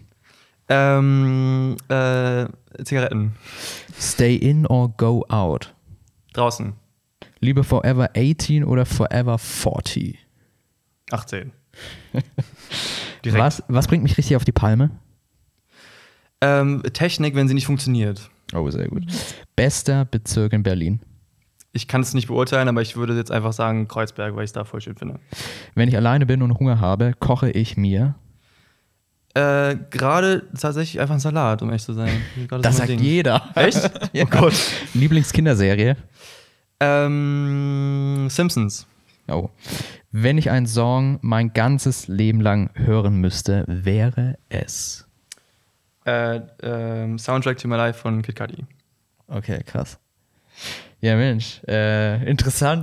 [SPEAKER 4] Zigaretten.
[SPEAKER 1] Stay in or go out?
[SPEAKER 4] Draußen.
[SPEAKER 1] Lieber forever 18 oder forever 40?
[SPEAKER 4] 18. Direkt.
[SPEAKER 1] Was bringt mich richtig auf die Palme?
[SPEAKER 4] Technik, wenn sie nicht funktioniert.
[SPEAKER 1] Oh, sehr gut. Bester Bezirk in Berlin.
[SPEAKER 4] Ich kann es nicht beurteilen, aber ich würde jetzt einfach sagen Kreuzberg, weil ich es da voll schön finde.
[SPEAKER 1] Wenn ich alleine bin und Hunger habe, koche ich mir.
[SPEAKER 4] Gerade tatsächlich einfach ein Salat, um echt zu sein. Gerade
[SPEAKER 1] Das
[SPEAKER 4] so mein
[SPEAKER 1] sagt
[SPEAKER 4] Ding.
[SPEAKER 1] jeder.
[SPEAKER 4] Echt?
[SPEAKER 1] Ja.
[SPEAKER 4] Oh Gott.
[SPEAKER 1] Lieblingskinderserie.
[SPEAKER 4] Simpsons.
[SPEAKER 1] Oh. Wenn ich einen Song mein ganzes Leben lang hören müsste, wäre es.
[SPEAKER 4] Soundtrack to My Life von Kid Cudi.
[SPEAKER 1] Okay, krass. Ja, Mensch. Interessant.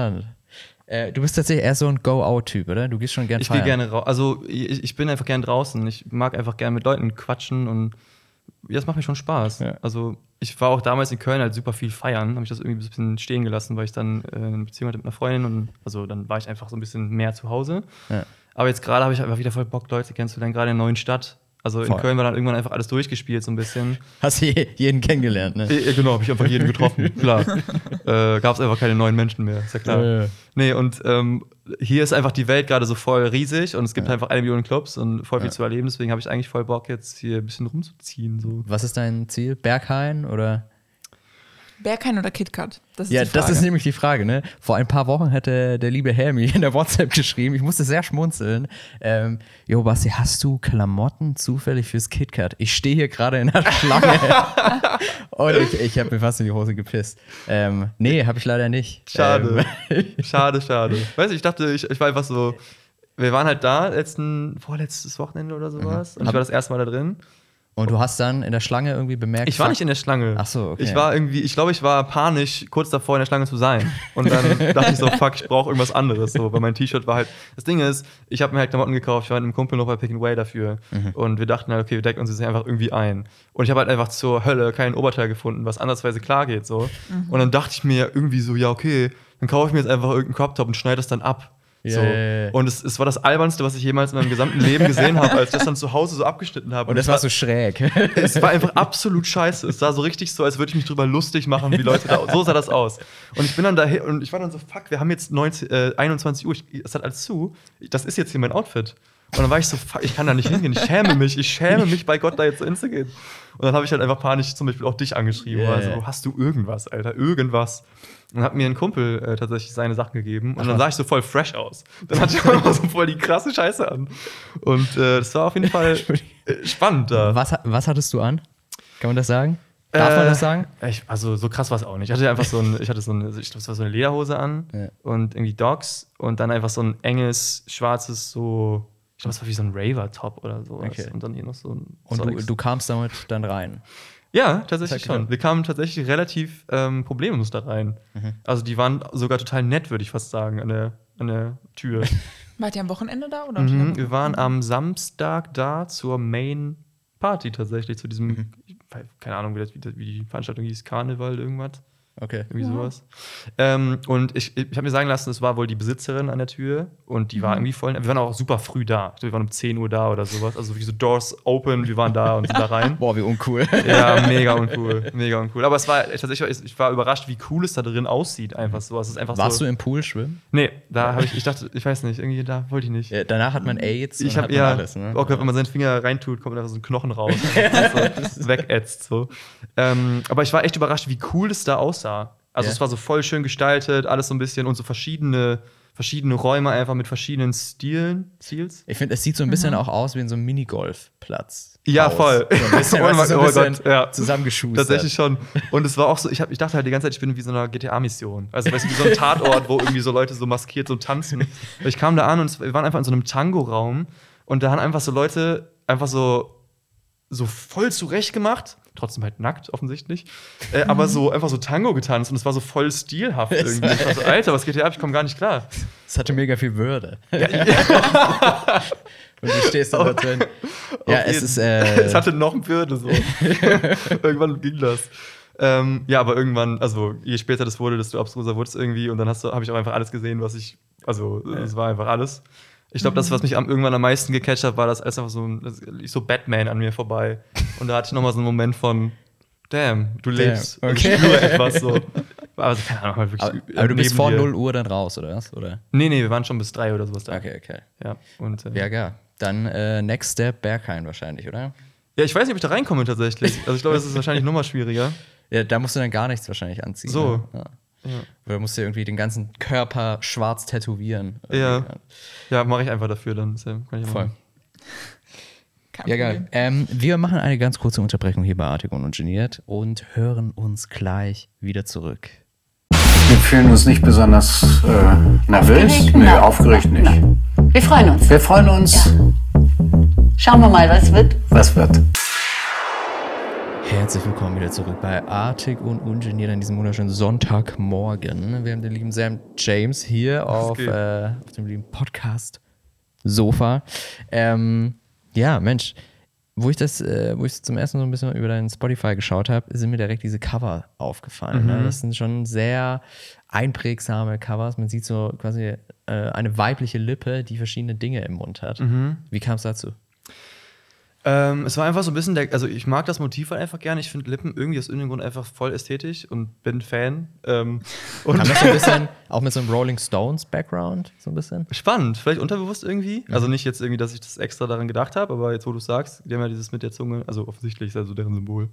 [SPEAKER 1] Du bist tatsächlich eher so ein Go-Out-Typ, oder? Du gehst schon gern feiern.
[SPEAKER 4] Ich gehe gerne raus. Also, ich bin einfach gern draußen. Ich mag einfach gerne mit Leuten quatschen und das macht mir schon Spaß. Ja. Also, ich war auch damals in Köln halt super viel feiern. Habe ich das irgendwie ein bisschen stehen gelassen, weil ich dann eine Beziehung hatte mit einer Freundin und also dann war ich einfach so ein bisschen mehr zu Hause. Ja. Aber jetzt gerade habe ich einfach wieder voll Bock, Leute kennenzulernen, gerade in einer neuen Stadt. Also in Köln war dann irgendwann einfach alles durchgespielt, so ein bisschen.
[SPEAKER 1] Hast du jeden kennengelernt, ne?
[SPEAKER 4] Genau, habe ich einfach jeden getroffen, klar. Gab es einfach keine neuen Menschen mehr, ist ja klar. Ja. Nee, und hier ist einfach die Welt gerade so voll riesig und es gibt einfach 1 Million Clubs und voll viel zu erleben. Deswegen habe ich eigentlich voll Bock, jetzt hier ein bisschen rumzuziehen. So.
[SPEAKER 1] Was ist dein Ziel? Berghain oder?
[SPEAKER 2] Berghain oder KitKat?
[SPEAKER 1] Das ist nämlich die Frage, ne? Vor ein paar Wochen hatte der liebe Helmi in der WhatsApp geschrieben, ich musste sehr schmunzeln. Jo, Basti, hast du Klamotten zufällig fürs KitKat? Ich stehe hier gerade in der Schlange. Und ich habe mir fast in die Hose gepisst. Nee, habe ich leider nicht.
[SPEAKER 4] Schade. Schade. Weißt du, ich dachte, ich war einfach so, wir waren halt da vorletztes Wochenende oder sowas. Und ich war das erste Mal da drin.
[SPEAKER 1] Und du hast dann in der Schlange irgendwie bemerkt...
[SPEAKER 4] Ich war nicht in der Schlange.
[SPEAKER 1] Ach so, okay.
[SPEAKER 4] Ich glaube, ich war panisch, kurz davor in der Schlange zu sein. Und dann dachte ich so, fuck, ich brauche irgendwas anderes. So, weil mein T-Shirt war halt... Das Ding ist, ich habe mir halt Klamotten gekauft. Ich war mit einem Kumpel noch bei Pick & Way dafür. Und wir dachten halt, okay, wir decken uns jetzt einfach irgendwie ein. Und ich habe halt einfach zur Hölle kein Oberteil gefunden, was andersweise klar geht. So. Und dann dachte ich mir irgendwie so, ja, okay, dann kaufe ich mir jetzt einfach irgendeinen Crop-Top und schneide das dann ab. So. Und es war das Albernste, was ich jemals in meinem gesamten Leben gesehen habe, als ich das dann zu Hause so abgeschnitten habe.
[SPEAKER 1] Und das war so schräg.
[SPEAKER 4] Es war einfach absolut scheiße. Es sah so richtig so, als würde ich mich drüber lustig machen, wie Leute da. So sah das aus. Und ich bin dann dahin und ich war dann so, fuck, wir haben jetzt 21 Uhr, es hat alles zu. Das ist jetzt hier mein Outfit. Und dann war ich so, fuck, ich kann da nicht hingehen. Ich schäme mich bei Gott, da jetzt so hinzugehen. Und dann habe ich halt einfach panisch zum Beispiel auch dich angeschrieben. Also, hast du irgendwas, Alter? Irgendwas. Und hat mir ein Kumpel tatsächlich seine Sachen gegeben. Und dann sah ich so voll fresh aus. Dann hatte ich immer so voll die krasse Scheiße an. Und das war auf jeden Fall spannend da.
[SPEAKER 1] Was hattest du an? Kann man das sagen? Darf man das sagen?
[SPEAKER 4] Also so krass war es auch nicht. Ich hatte einfach ich glaube, es war so eine Lederhose an und irgendwie Docs und dann einfach so ein enges, schwarzes, so, ich glaube, es war wie so ein Raver-Top oder so.
[SPEAKER 1] Okay.
[SPEAKER 4] Und dann hier noch so ein
[SPEAKER 1] Und du kamst damit dann rein?
[SPEAKER 4] Ja, tatsächlich schon. Wir kamen tatsächlich relativ problemlos da rein. Also die waren sogar total nett, würde ich fast sagen, an der Tür.
[SPEAKER 2] Wart ihr am Wochenende da? Oder
[SPEAKER 4] Wir waren am Samstag da zur Main Party tatsächlich, zu diesem, keine Ahnung, wie die Veranstaltung hieß, Karneval, irgendwas.
[SPEAKER 1] Okay.
[SPEAKER 4] Irgendwie sowas. Und ich habe mir sagen lassen, es war wohl die Besitzerin an der Tür und die war irgendwie voll. Wir waren auch super früh da. Ich glaube, wir waren um 10 Uhr da oder sowas. Also wirklich so Doors open, wir waren da und sind da rein.
[SPEAKER 1] Boah, wie uncool.
[SPEAKER 4] Ja, mega uncool. Mega uncool. Aber es war tatsächlich, ich war überrascht, wie cool es da drin aussieht. Einfach so. Es ist einfach
[SPEAKER 1] Warst du im Pool schwimmen?
[SPEAKER 4] Nee, da habe ich dachte, ich weiß nicht, irgendwie da wollte ich nicht.
[SPEAKER 1] Ja, danach hat man AIDS
[SPEAKER 4] und hat man alles. Ne? Auch wenn man seinen Finger reintut, kommt einfach so ein Knochen raus. so wegätzt. So. Aber ich war echt überrascht, wie cool es da aussah. Also es war so voll schön gestaltet, alles so ein bisschen und so verschiedene Räume einfach mit verschiedenen Stils.
[SPEAKER 1] Ich finde, es sieht so ein bisschen auch aus wie in so einem Minigolfplatz.
[SPEAKER 4] Ja, voll.
[SPEAKER 1] So ein bisschen zusammengeschustert.
[SPEAKER 4] Tatsächlich schon. Und es war auch so, ich dachte halt die ganze Zeit, ich bin wie so einer GTA-Mission. Also weißt du, wie so ein Tatort, wo irgendwie so Leute so maskiert so tanzen. Ich kam da an und wir waren einfach in so einem Tango-Raum und da haben einfach so Leute einfach so voll zurecht gemacht. Trotzdem halt nackt, offensichtlich. Aber so einfach so Tango getanzt und es war so voll stilhaft irgendwie. Ich war so, Alter, was geht hier ab? Ich komme gar nicht klar.
[SPEAKER 1] Es hatte mega viel Würde. Ja. Und du stehst da drin. Ja,
[SPEAKER 4] es hatte noch eine Würde so. Irgendwann ging das. Ja, aber irgendwann, also je später das wurde, desto abstruser wurde es irgendwie. Und dann habe ich auch einfach alles gesehen, es war einfach alles. Ich glaube, das, was mich irgendwann am meisten gecatcht hat, war, dass einfach so Batman an mir vorbei. Und da hatte ich nochmal so einen Moment von, damn, du lebst.
[SPEAKER 1] Okay.
[SPEAKER 4] Ich spüre etwas so. Also, keine Ahnung, halt wirklich.
[SPEAKER 1] Aber du bist vor 0 Uhr dann raus, oder was? Oder?
[SPEAKER 4] Nee, wir waren schon bis 3 oder sowas da.
[SPEAKER 1] Okay.
[SPEAKER 4] Ja, und,
[SPEAKER 1] ja, gar. Dann Next Step Berghain wahrscheinlich, oder?
[SPEAKER 4] Ja, ich weiß nicht, ob ich da reinkomme tatsächlich. Also ich glaube, das ist wahrscheinlich nochmal schwieriger.
[SPEAKER 1] Ja, da musst du dann gar nichts wahrscheinlich anziehen.
[SPEAKER 4] So.
[SPEAKER 1] Ne? Ja. Oder musst du irgendwie den ganzen Körper schwarz tätowieren.
[SPEAKER 4] Ja, mache ich einfach dafür dann. Kann ich
[SPEAKER 1] voll. Ja, geil. Wir machen eine ganz kurze Unterbrechung hier bei Artig und Ungeniert und hören uns gleich wieder zurück.
[SPEAKER 5] Wir fühlen uns nicht besonders nervös. Nee, aufgeregt nicht.
[SPEAKER 6] Nein. Wir freuen uns.
[SPEAKER 5] Wir freuen uns.
[SPEAKER 6] Ja. Schauen wir mal, was wird.
[SPEAKER 5] Was wird.
[SPEAKER 1] Herzlich willkommen wieder zurück bei Artig und Ungeniert an diesem wunderschönen Sonntagmorgen. Wir haben den lieben Sam James hier auf dem lieben Podcast-Sofa. Ja, Mensch, wo ich zum ersten Mal so ein bisschen über deinen Spotify geschaut habe, sind mir direkt diese Cover aufgefallen. Ne? Das sind schon sehr einprägsame Covers. Man sieht so quasi eine weibliche Lippe, die verschiedene Dinge im Mund hat. Wie kam es dazu?
[SPEAKER 4] Es war einfach so ein bisschen, also ich mag das Motiv halt einfach gerne. Ich finde Lippen irgendwie aus irgendeinem Grund einfach voll ästhetisch und bin Fan.
[SPEAKER 1] Kam das so ein bisschen auch mit so einem Rolling Stones Background so ein bisschen?
[SPEAKER 4] Spannend, vielleicht unterbewusst irgendwie. Also nicht jetzt irgendwie, dass ich das extra daran gedacht habe, aber jetzt, wo du es sagst, die haben ja dieses mit der Zunge, also offensichtlich ist also deren Symbol.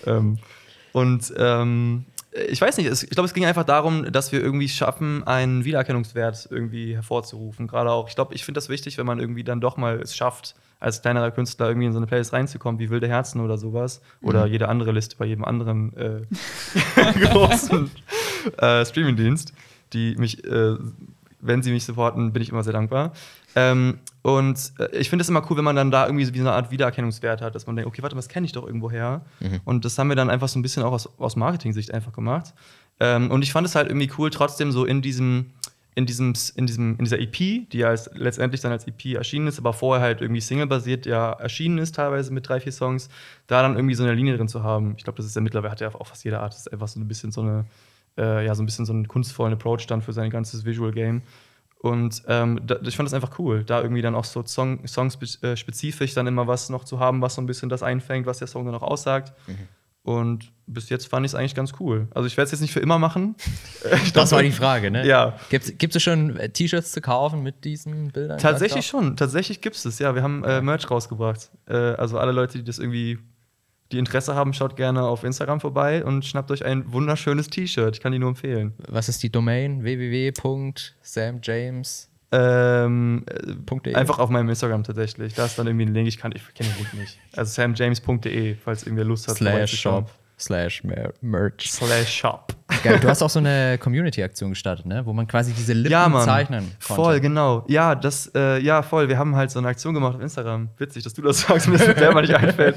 [SPEAKER 4] Ich weiß nicht, ich glaube, es ging einfach darum, dass wir irgendwie schaffen, einen Wiedererkennungswert irgendwie hervorzurufen. Gerade auch, ich finde das wichtig, wenn man irgendwie dann doch mal es schafft, als kleinerer Künstler irgendwie in so eine Playlist reinzukommen, wie Wilde Herzen oder sowas. Oder jede andere Liste bei jedem anderen großen Streamingdienst, die mich, wenn sie mich supporten, bin ich immer sehr dankbar. Ich finde es immer cool, wenn man dann da irgendwie so wie eine Art Wiedererkennungswert hat, dass man denkt, okay, warte mal, das kenne ich doch irgendwo her. Und das haben wir dann einfach so ein bisschen auch aus Marketing-Sicht einfach gemacht. Und ich fand es halt irgendwie cool, trotzdem so in dieser EP, die ja letztendlich dann als EP erschienen ist, aber vorher halt irgendwie Single-basiert ja erschienen ist, teilweise mit 3-4 Songs, da dann irgendwie so eine Linie drin zu haben. Ich glaube, das ist ja mittlerweile, hat ja auch fast jeder Artist einfach so ein bisschen so einen kunstvollen Approach dann für sein ganzes Visual Game. Und ich fand das einfach cool, da irgendwie dann auch so Songs-spezifisch dann immer was noch zu haben, was so ein bisschen das einfängt, was der Song dann auch aussagt. Und bis jetzt fand ich es eigentlich ganz cool. Also ich werde es jetzt nicht für immer machen.
[SPEAKER 1] Das war die Frage, ne?
[SPEAKER 4] Ja.
[SPEAKER 1] Gibt es schon T-Shirts zu kaufen mit diesen Bildern?
[SPEAKER 4] Tatsächlich schon. Tatsächlich gibt es. Ja, wir haben Merch rausgebracht. Also alle Leute, die das irgendwie die Interesse haben, schaut gerne auf Instagram vorbei und schnappt euch ein wunderschönes T-Shirt. Ich kann die nur empfehlen.
[SPEAKER 1] Was ist die Domain? www.samjames.de
[SPEAKER 4] Einfach auf meinem Instagram tatsächlich. Da ist dann irgendwie ein Link. Ich kenne den Link nicht. Also samjames.de, falls irgendwer Lust hat.
[SPEAKER 1] /shop/merch/shop. Geil, du hast auch so eine Community-Aktion gestartet, ne? Wo man quasi diese Lippen zeichnen konnte.
[SPEAKER 4] Voll, genau. Ja, voll. Wir haben halt so eine Aktion gemacht auf Instagram. Witzig, dass du das sagst, mir das selber nicht einfällt.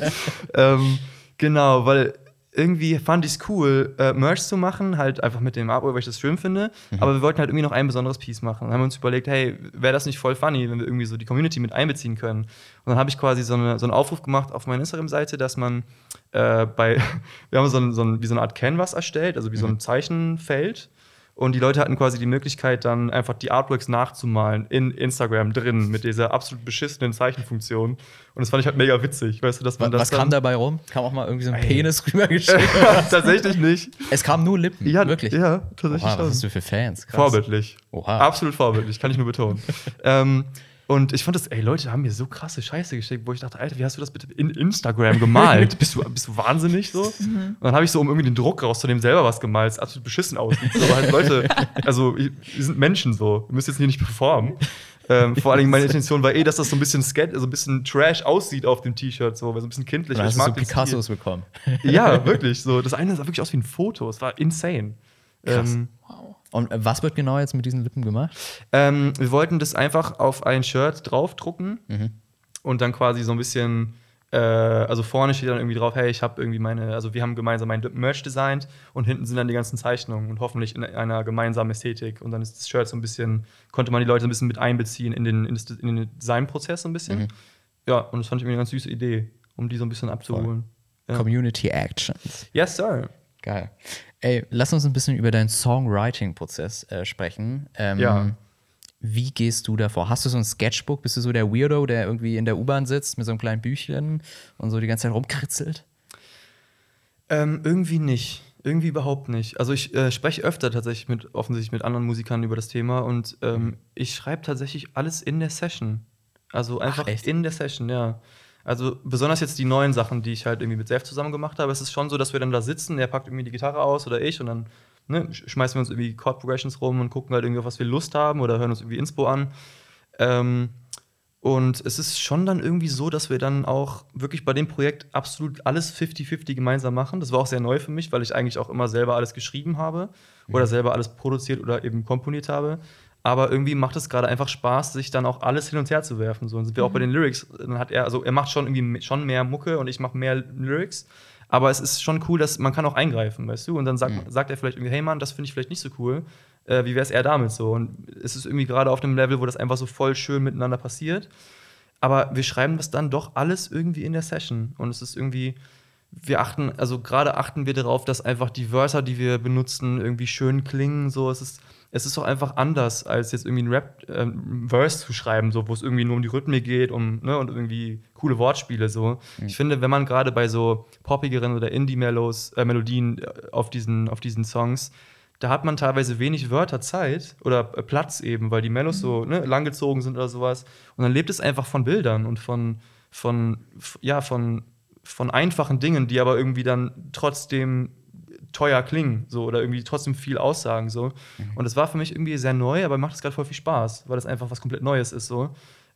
[SPEAKER 4] Genau, weil irgendwie fand ich es cool, Merch zu machen, halt einfach mit dem Artwork, weil ich das schön finde. Aber wir wollten halt irgendwie noch ein besonderes Piece machen. Dann haben wir uns überlegt, hey, wäre das nicht voll funny, wenn wir irgendwie so die Community mit einbeziehen können? Und dann habe ich quasi so einen Aufruf gemacht auf meiner Instagram-Seite, dass man wir haben wie so eine Art Canvas erstellt, also wie so ein Zeichenfeld. Und die Leute hatten quasi die Möglichkeit, dann einfach die Artworks nachzumalen in Instagram drin mit dieser absolut beschissenen Zeichenfunktion. Und das fand ich halt mega witzig. Weißt du, dass man
[SPEAKER 1] Was kam dabei rum? Kam auch mal irgendwie so ein Penis rübergeschickt?
[SPEAKER 4] Tatsächlich nicht.
[SPEAKER 1] Es kamen nur Lippen,
[SPEAKER 4] ja,
[SPEAKER 1] wirklich?
[SPEAKER 4] Ja, tatsächlich
[SPEAKER 1] Oha,
[SPEAKER 4] schon.
[SPEAKER 1] Was hast du für Fans? Krass.
[SPEAKER 4] Vorbildlich.
[SPEAKER 1] Oha.
[SPEAKER 4] Absolut vorbildlich, kann ich nur betonen. Und ich fand das, Leute haben mir so krasse Scheiße geschickt, wo ich dachte, Alter, wie hast du das bitte in Instagram gemalt? bist du wahnsinnig so? Und dann habe ich so, um irgendwie den Druck rauszunehmen, selber was gemalt, das absolut beschissen aussieht. So, halt, Leute, also wir sind Menschen so, wir müssen jetzt hier nicht performen. Vor allem meine Intention war dass das so ein bisschen so ein bisschen Trash aussieht auf dem T-Shirt, so ein bisschen kindlich.
[SPEAKER 1] Oder hast du so Picassos bekommen?
[SPEAKER 4] Ja, wirklich. So. Das eine sah wirklich aus wie ein Foto, es war insane.
[SPEAKER 1] Krass. Wow. Und was wird genau jetzt mit diesen Lippen gemacht?
[SPEAKER 4] Wir wollten das einfach auf ein Shirt draufdrucken und dann quasi so ein bisschen, also vorne steht dann irgendwie drauf, hey, ich habe irgendwie wir haben gemeinsam mein Merch designt und hinten sind dann die ganzen Zeichnungen und hoffentlich in einer gemeinsamen Ästhetik. Und dann ist das Shirt so ein bisschen, konnte man die Leute ein bisschen mit einbeziehen in den Designprozess so ein bisschen. Ja, und das fand ich irgendwie eine ganz süße Idee, um die so ein bisschen abzuholen.
[SPEAKER 1] Ja. Community Actions.
[SPEAKER 4] Yes, sir.
[SPEAKER 1] Geil. Ey, lass uns ein bisschen über deinen Songwriting-Prozess sprechen.
[SPEAKER 4] Ja.
[SPEAKER 1] Wie gehst du davor? Hast du so ein Sketchbook? Bist du so der Weirdo, der irgendwie in der U-Bahn sitzt mit so einem kleinen Büchchen und so die ganze Zeit rumkritzelt?
[SPEAKER 4] Irgendwie nicht. Irgendwie überhaupt nicht. Also ich spreche öfter tatsächlich offensichtlich mit anderen Musikern über das Thema und ich schreibe tatsächlich alles in der Session. Also einfach in der Session, ja. Also besonders jetzt die neuen Sachen, die ich halt irgendwie mit Seth zusammen gemacht habe, es ist schon so, dass wir dann da sitzen, er packt irgendwie die Gitarre aus oder ich und dann schmeißen wir uns irgendwie Chord Progressions rum und gucken halt irgendwie, auf was wir Lust haben oder hören uns irgendwie Inspo an. Und es ist schon dann irgendwie so, dass wir dann auch wirklich bei dem Projekt absolut alles 50-50 gemeinsam machen. Das war auch sehr neu für mich, weil ich eigentlich auch immer selber alles geschrieben habe oder selber alles produziert oder eben komponiert habe. Aber irgendwie macht es gerade einfach Spaß, sich dann auch alles hin und her zu werfen. So, und sind wir auch bei den Lyrics. Dann er macht schon mehr Mucke und ich mache mehr Lyrics. Aber es ist schon cool, dass man kann auch eingreifen, weißt du? Und dann sagt er vielleicht irgendwie, hey Mann, das finde ich vielleicht nicht so cool. Wie wäre es eher damit so? Und es ist irgendwie gerade auf einem Level, wo das einfach so voll schön miteinander passiert. Aber wir schreiben das dann doch alles irgendwie in der Session. Und es ist irgendwie, gerade achten wir darauf, dass einfach die Wörter, die wir benutzen, irgendwie schön klingen. So, es ist auch einfach anders, als jetzt irgendwie ein Verse zu schreiben, so, wo es irgendwie nur um die Rhythmik geht, und irgendwie coole Wortspiele. So. Ich finde, wenn man gerade bei so poppigeren oder Indie-Melodien auf diesen Songs, da hat man teilweise wenig Wörterzeit oder Platz eben, weil die Mellos so langgezogen sind oder sowas. Und dann lebt es einfach von Bildern und von einfachen Dingen, die aber irgendwie dann trotzdem teuer klingen, so, oder irgendwie trotzdem viel aussagen, so. Und das war für mich irgendwie sehr neu, aber macht es gerade voll viel Spaß, weil das einfach was komplett Neues ist, so.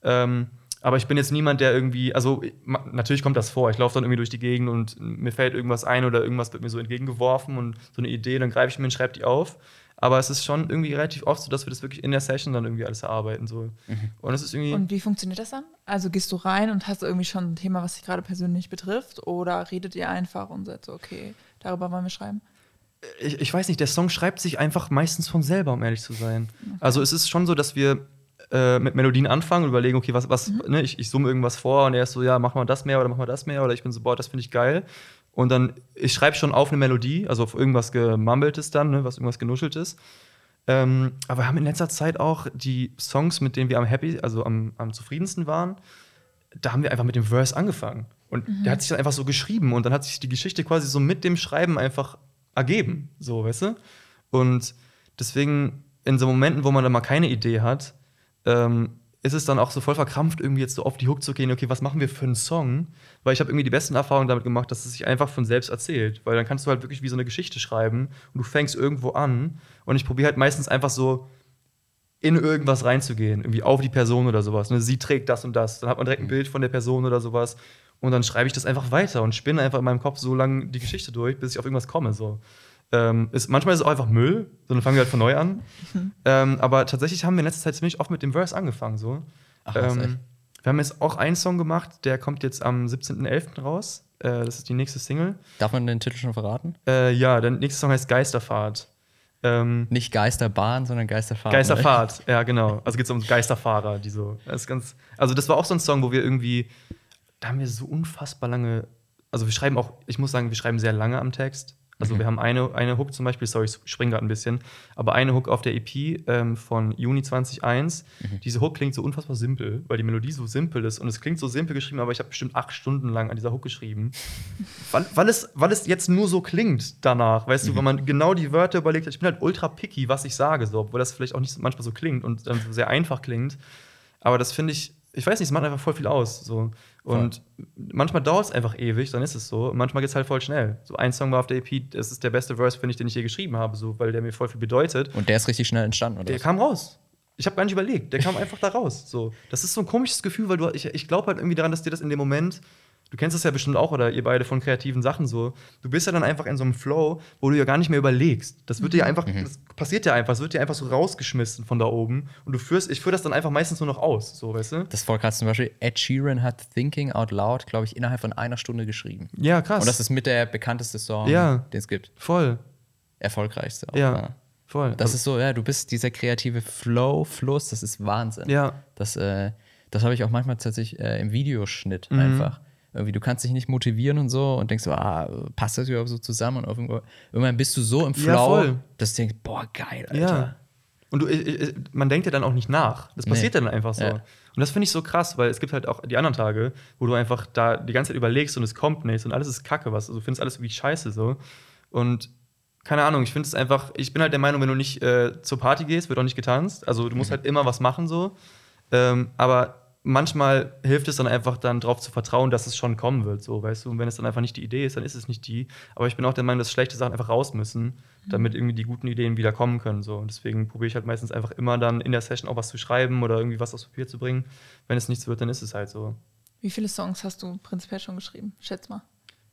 [SPEAKER 4] Aber ich bin jetzt niemand, der irgendwie, also natürlich kommt das vor, ich laufe dann irgendwie durch die Gegend und mir fällt irgendwas ein oder irgendwas wird mir so entgegengeworfen und so eine Idee, dann greife ich mir und schreibe die auf. Aber es ist schon irgendwie relativ oft so, dass wir das wirklich in der Session dann irgendwie alles erarbeiten. So. Und es ist irgendwie.
[SPEAKER 2] Und wie funktioniert das dann? Also gehst du rein und hast irgendwie schon ein Thema, was dich gerade persönlich betrifft? Oder redet ihr einfach und seid so, okay, darüber wollen wir schreiben?
[SPEAKER 4] Ich weiß nicht, der Song schreibt sich einfach meistens von selber, um ehrlich zu sein. Okay. Also es ist schon so, dass wir mit Melodien anfangen und überlegen, okay, ich summe irgendwas vor und er ist so, ja, mach mal das mehr oder ich bin so, boah, das finde ich geil. Und dann, ich schreibe schon auf eine Melodie, also auf irgendwas Gemummeltes dann, irgendwas Genuscheltes. Aber wir haben in letzter Zeit auch die Songs, mit denen wir am zufriedensten waren, da haben wir einfach mit dem Verse angefangen. Und der hat sich dann einfach so geschrieben und dann hat sich die Geschichte quasi so mit dem Schreiben einfach ergeben, so, weißt du? Und deswegen, in so Momenten, wo man dann mal keine Idee hat, ist es dann auch so voll verkrampft, irgendwie jetzt so auf die Hook zu gehen, okay, was machen wir für einen Song? Weil ich habe irgendwie die besten Erfahrungen damit gemacht, dass es sich einfach von selbst erzählt. Weil dann kannst du halt wirklich wie so eine Geschichte schreiben und du fängst irgendwo an. Und ich probiere halt meistens einfach so in irgendwas reinzugehen, irgendwie auf die Person oder sowas. Ne? Sie trägt das und das. Dann hat man direkt ein Bild von der Person oder sowas. Und dann schreibe ich das einfach weiter und spinne einfach in meinem Kopf so lange die Geschichte durch, bis ich auf irgendwas komme. So. Manchmal ist es auch einfach Müll, dann fangen wir halt von neu an. Aber tatsächlich haben wir in letzter Zeit ziemlich oft mit dem Verse angefangen. So.
[SPEAKER 1] Ach,
[SPEAKER 4] wir haben jetzt auch einen Song gemacht, der kommt jetzt am 17.11. raus. Das ist die nächste Single.
[SPEAKER 1] Darf man den Titel schon verraten?
[SPEAKER 4] Ja, der nächste Song heißt Geisterfahrt.
[SPEAKER 1] Nicht Geisterbahn, sondern Geisterfahrt.
[SPEAKER 4] Geisterfahrt, ja, genau. Also geht es um Geisterfahrer, die so. Das war auch so ein Song, wo wir irgendwie, da haben wir so unfassbar lange, also ich muss sagen, wir schreiben sehr lange am Text. Also wir haben eine Hook zum Beispiel, sorry, ich springe gerade ein bisschen, aber eine Hook auf der EP von Juni 2001. Diese Hook klingt so unfassbar simpel, weil die Melodie so simpel ist und es klingt so simpel geschrieben, aber ich habe bestimmt 8 Stunden lang an dieser Hook geschrieben. weil es jetzt nur so klingt danach, weißt du, wenn man genau die Wörter überlegt hat. Ich bin halt ultra picky, was ich sage, so, obwohl das vielleicht auch nicht manchmal so klingt und dann so sehr einfach klingt. Aber das finde ich weiß nicht, es macht einfach voll viel aus. So. Und manchmal dauert es einfach ewig, dann ist es so. Und manchmal geht es halt voll schnell. So ein Song war auf der EP, das ist der beste Verse, finde ich, den ich je geschrieben habe, so, weil der mir voll viel bedeutet.
[SPEAKER 1] Und der ist richtig schnell entstanden, oder?
[SPEAKER 4] Der kam raus. Ich habe gar nicht überlegt. Der kam einfach da raus. So. Das ist so ein komisches Gefühl, weil ich glaube halt irgendwie daran, dass dir das in dem Moment, du kennst das ja bestimmt auch, oder ihr beide von kreativen Sachen so, du bist ja dann einfach in so einem Flow, wo du ja gar nicht mehr überlegst. Das wird dir einfach, das passiert ja einfach, es wird dir einfach so rausgeschmissen von da oben und ich führe das dann einfach meistens nur noch aus, so, weißt du?
[SPEAKER 1] Das ist voll krass. Zum Beispiel Ed Sheeran hat Thinking Out Loud, glaube ich, innerhalb von 1 Stunde geschrieben.
[SPEAKER 4] Ja, krass.
[SPEAKER 1] Und das ist mit der bekannteste Song, den es gibt.
[SPEAKER 4] Voll.
[SPEAKER 1] Erfolgreichste auch.
[SPEAKER 4] Ja. Voll.
[SPEAKER 1] Das ist so, ja, du bist dieser kreative Fluss, das ist Wahnsinn.
[SPEAKER 4] Ja.
[SPEAKER 1] Das habe ich auch manchmal tatsächlich im Videoschnitt einfach. Irgendwie, du kannst dich nicht motivieren und so und denkst so, passt das überhaupt so zusammen? Und irgendwann bist du so im Flow, dass du denkst, boah, geil, Alter.
[SPEAKER 4] Ja. Und man denkt ja dann auch nicht nach. Das passiert dann einfach so. Ja. Und das finde ich so krass, weil es gibt halt auch die anderen Tage, wo du einfach da die ganze Zeit überlegst und es kommt nichts und alles ist Kacke, also du findest alles irgendwie scheiße so. Und keine Ahnung, ich finde es einfach, ich bin halt der Meinung, wenn du nicht zur Party gehst, wird auch nicht getanzt. Also du musst halt immer was machen so. Aber manchmal hilft es dann einfach dann drauf zu vertrauen, dass es schon kommen wird, so, weißt du? Und wenn es dann einfach nicht die Idee ist, dann ist es nicht die. Aber ich bin auch der Meinung, dass schlechte Sachen einfach raus müssen, damit irgendwie die guten Ideen wieder kommen können, so. Und deswegen probiere ich halt meistens einfach immer dann in der Session auch was zu schreiben oder irgendwie was aufs Papier zu bringen. Wenn es nichts wird, dann ist es halt so.
[SPEAKER 2] Wie viele Songs hast du prinzipiell schon geschrieben? Schätz mal.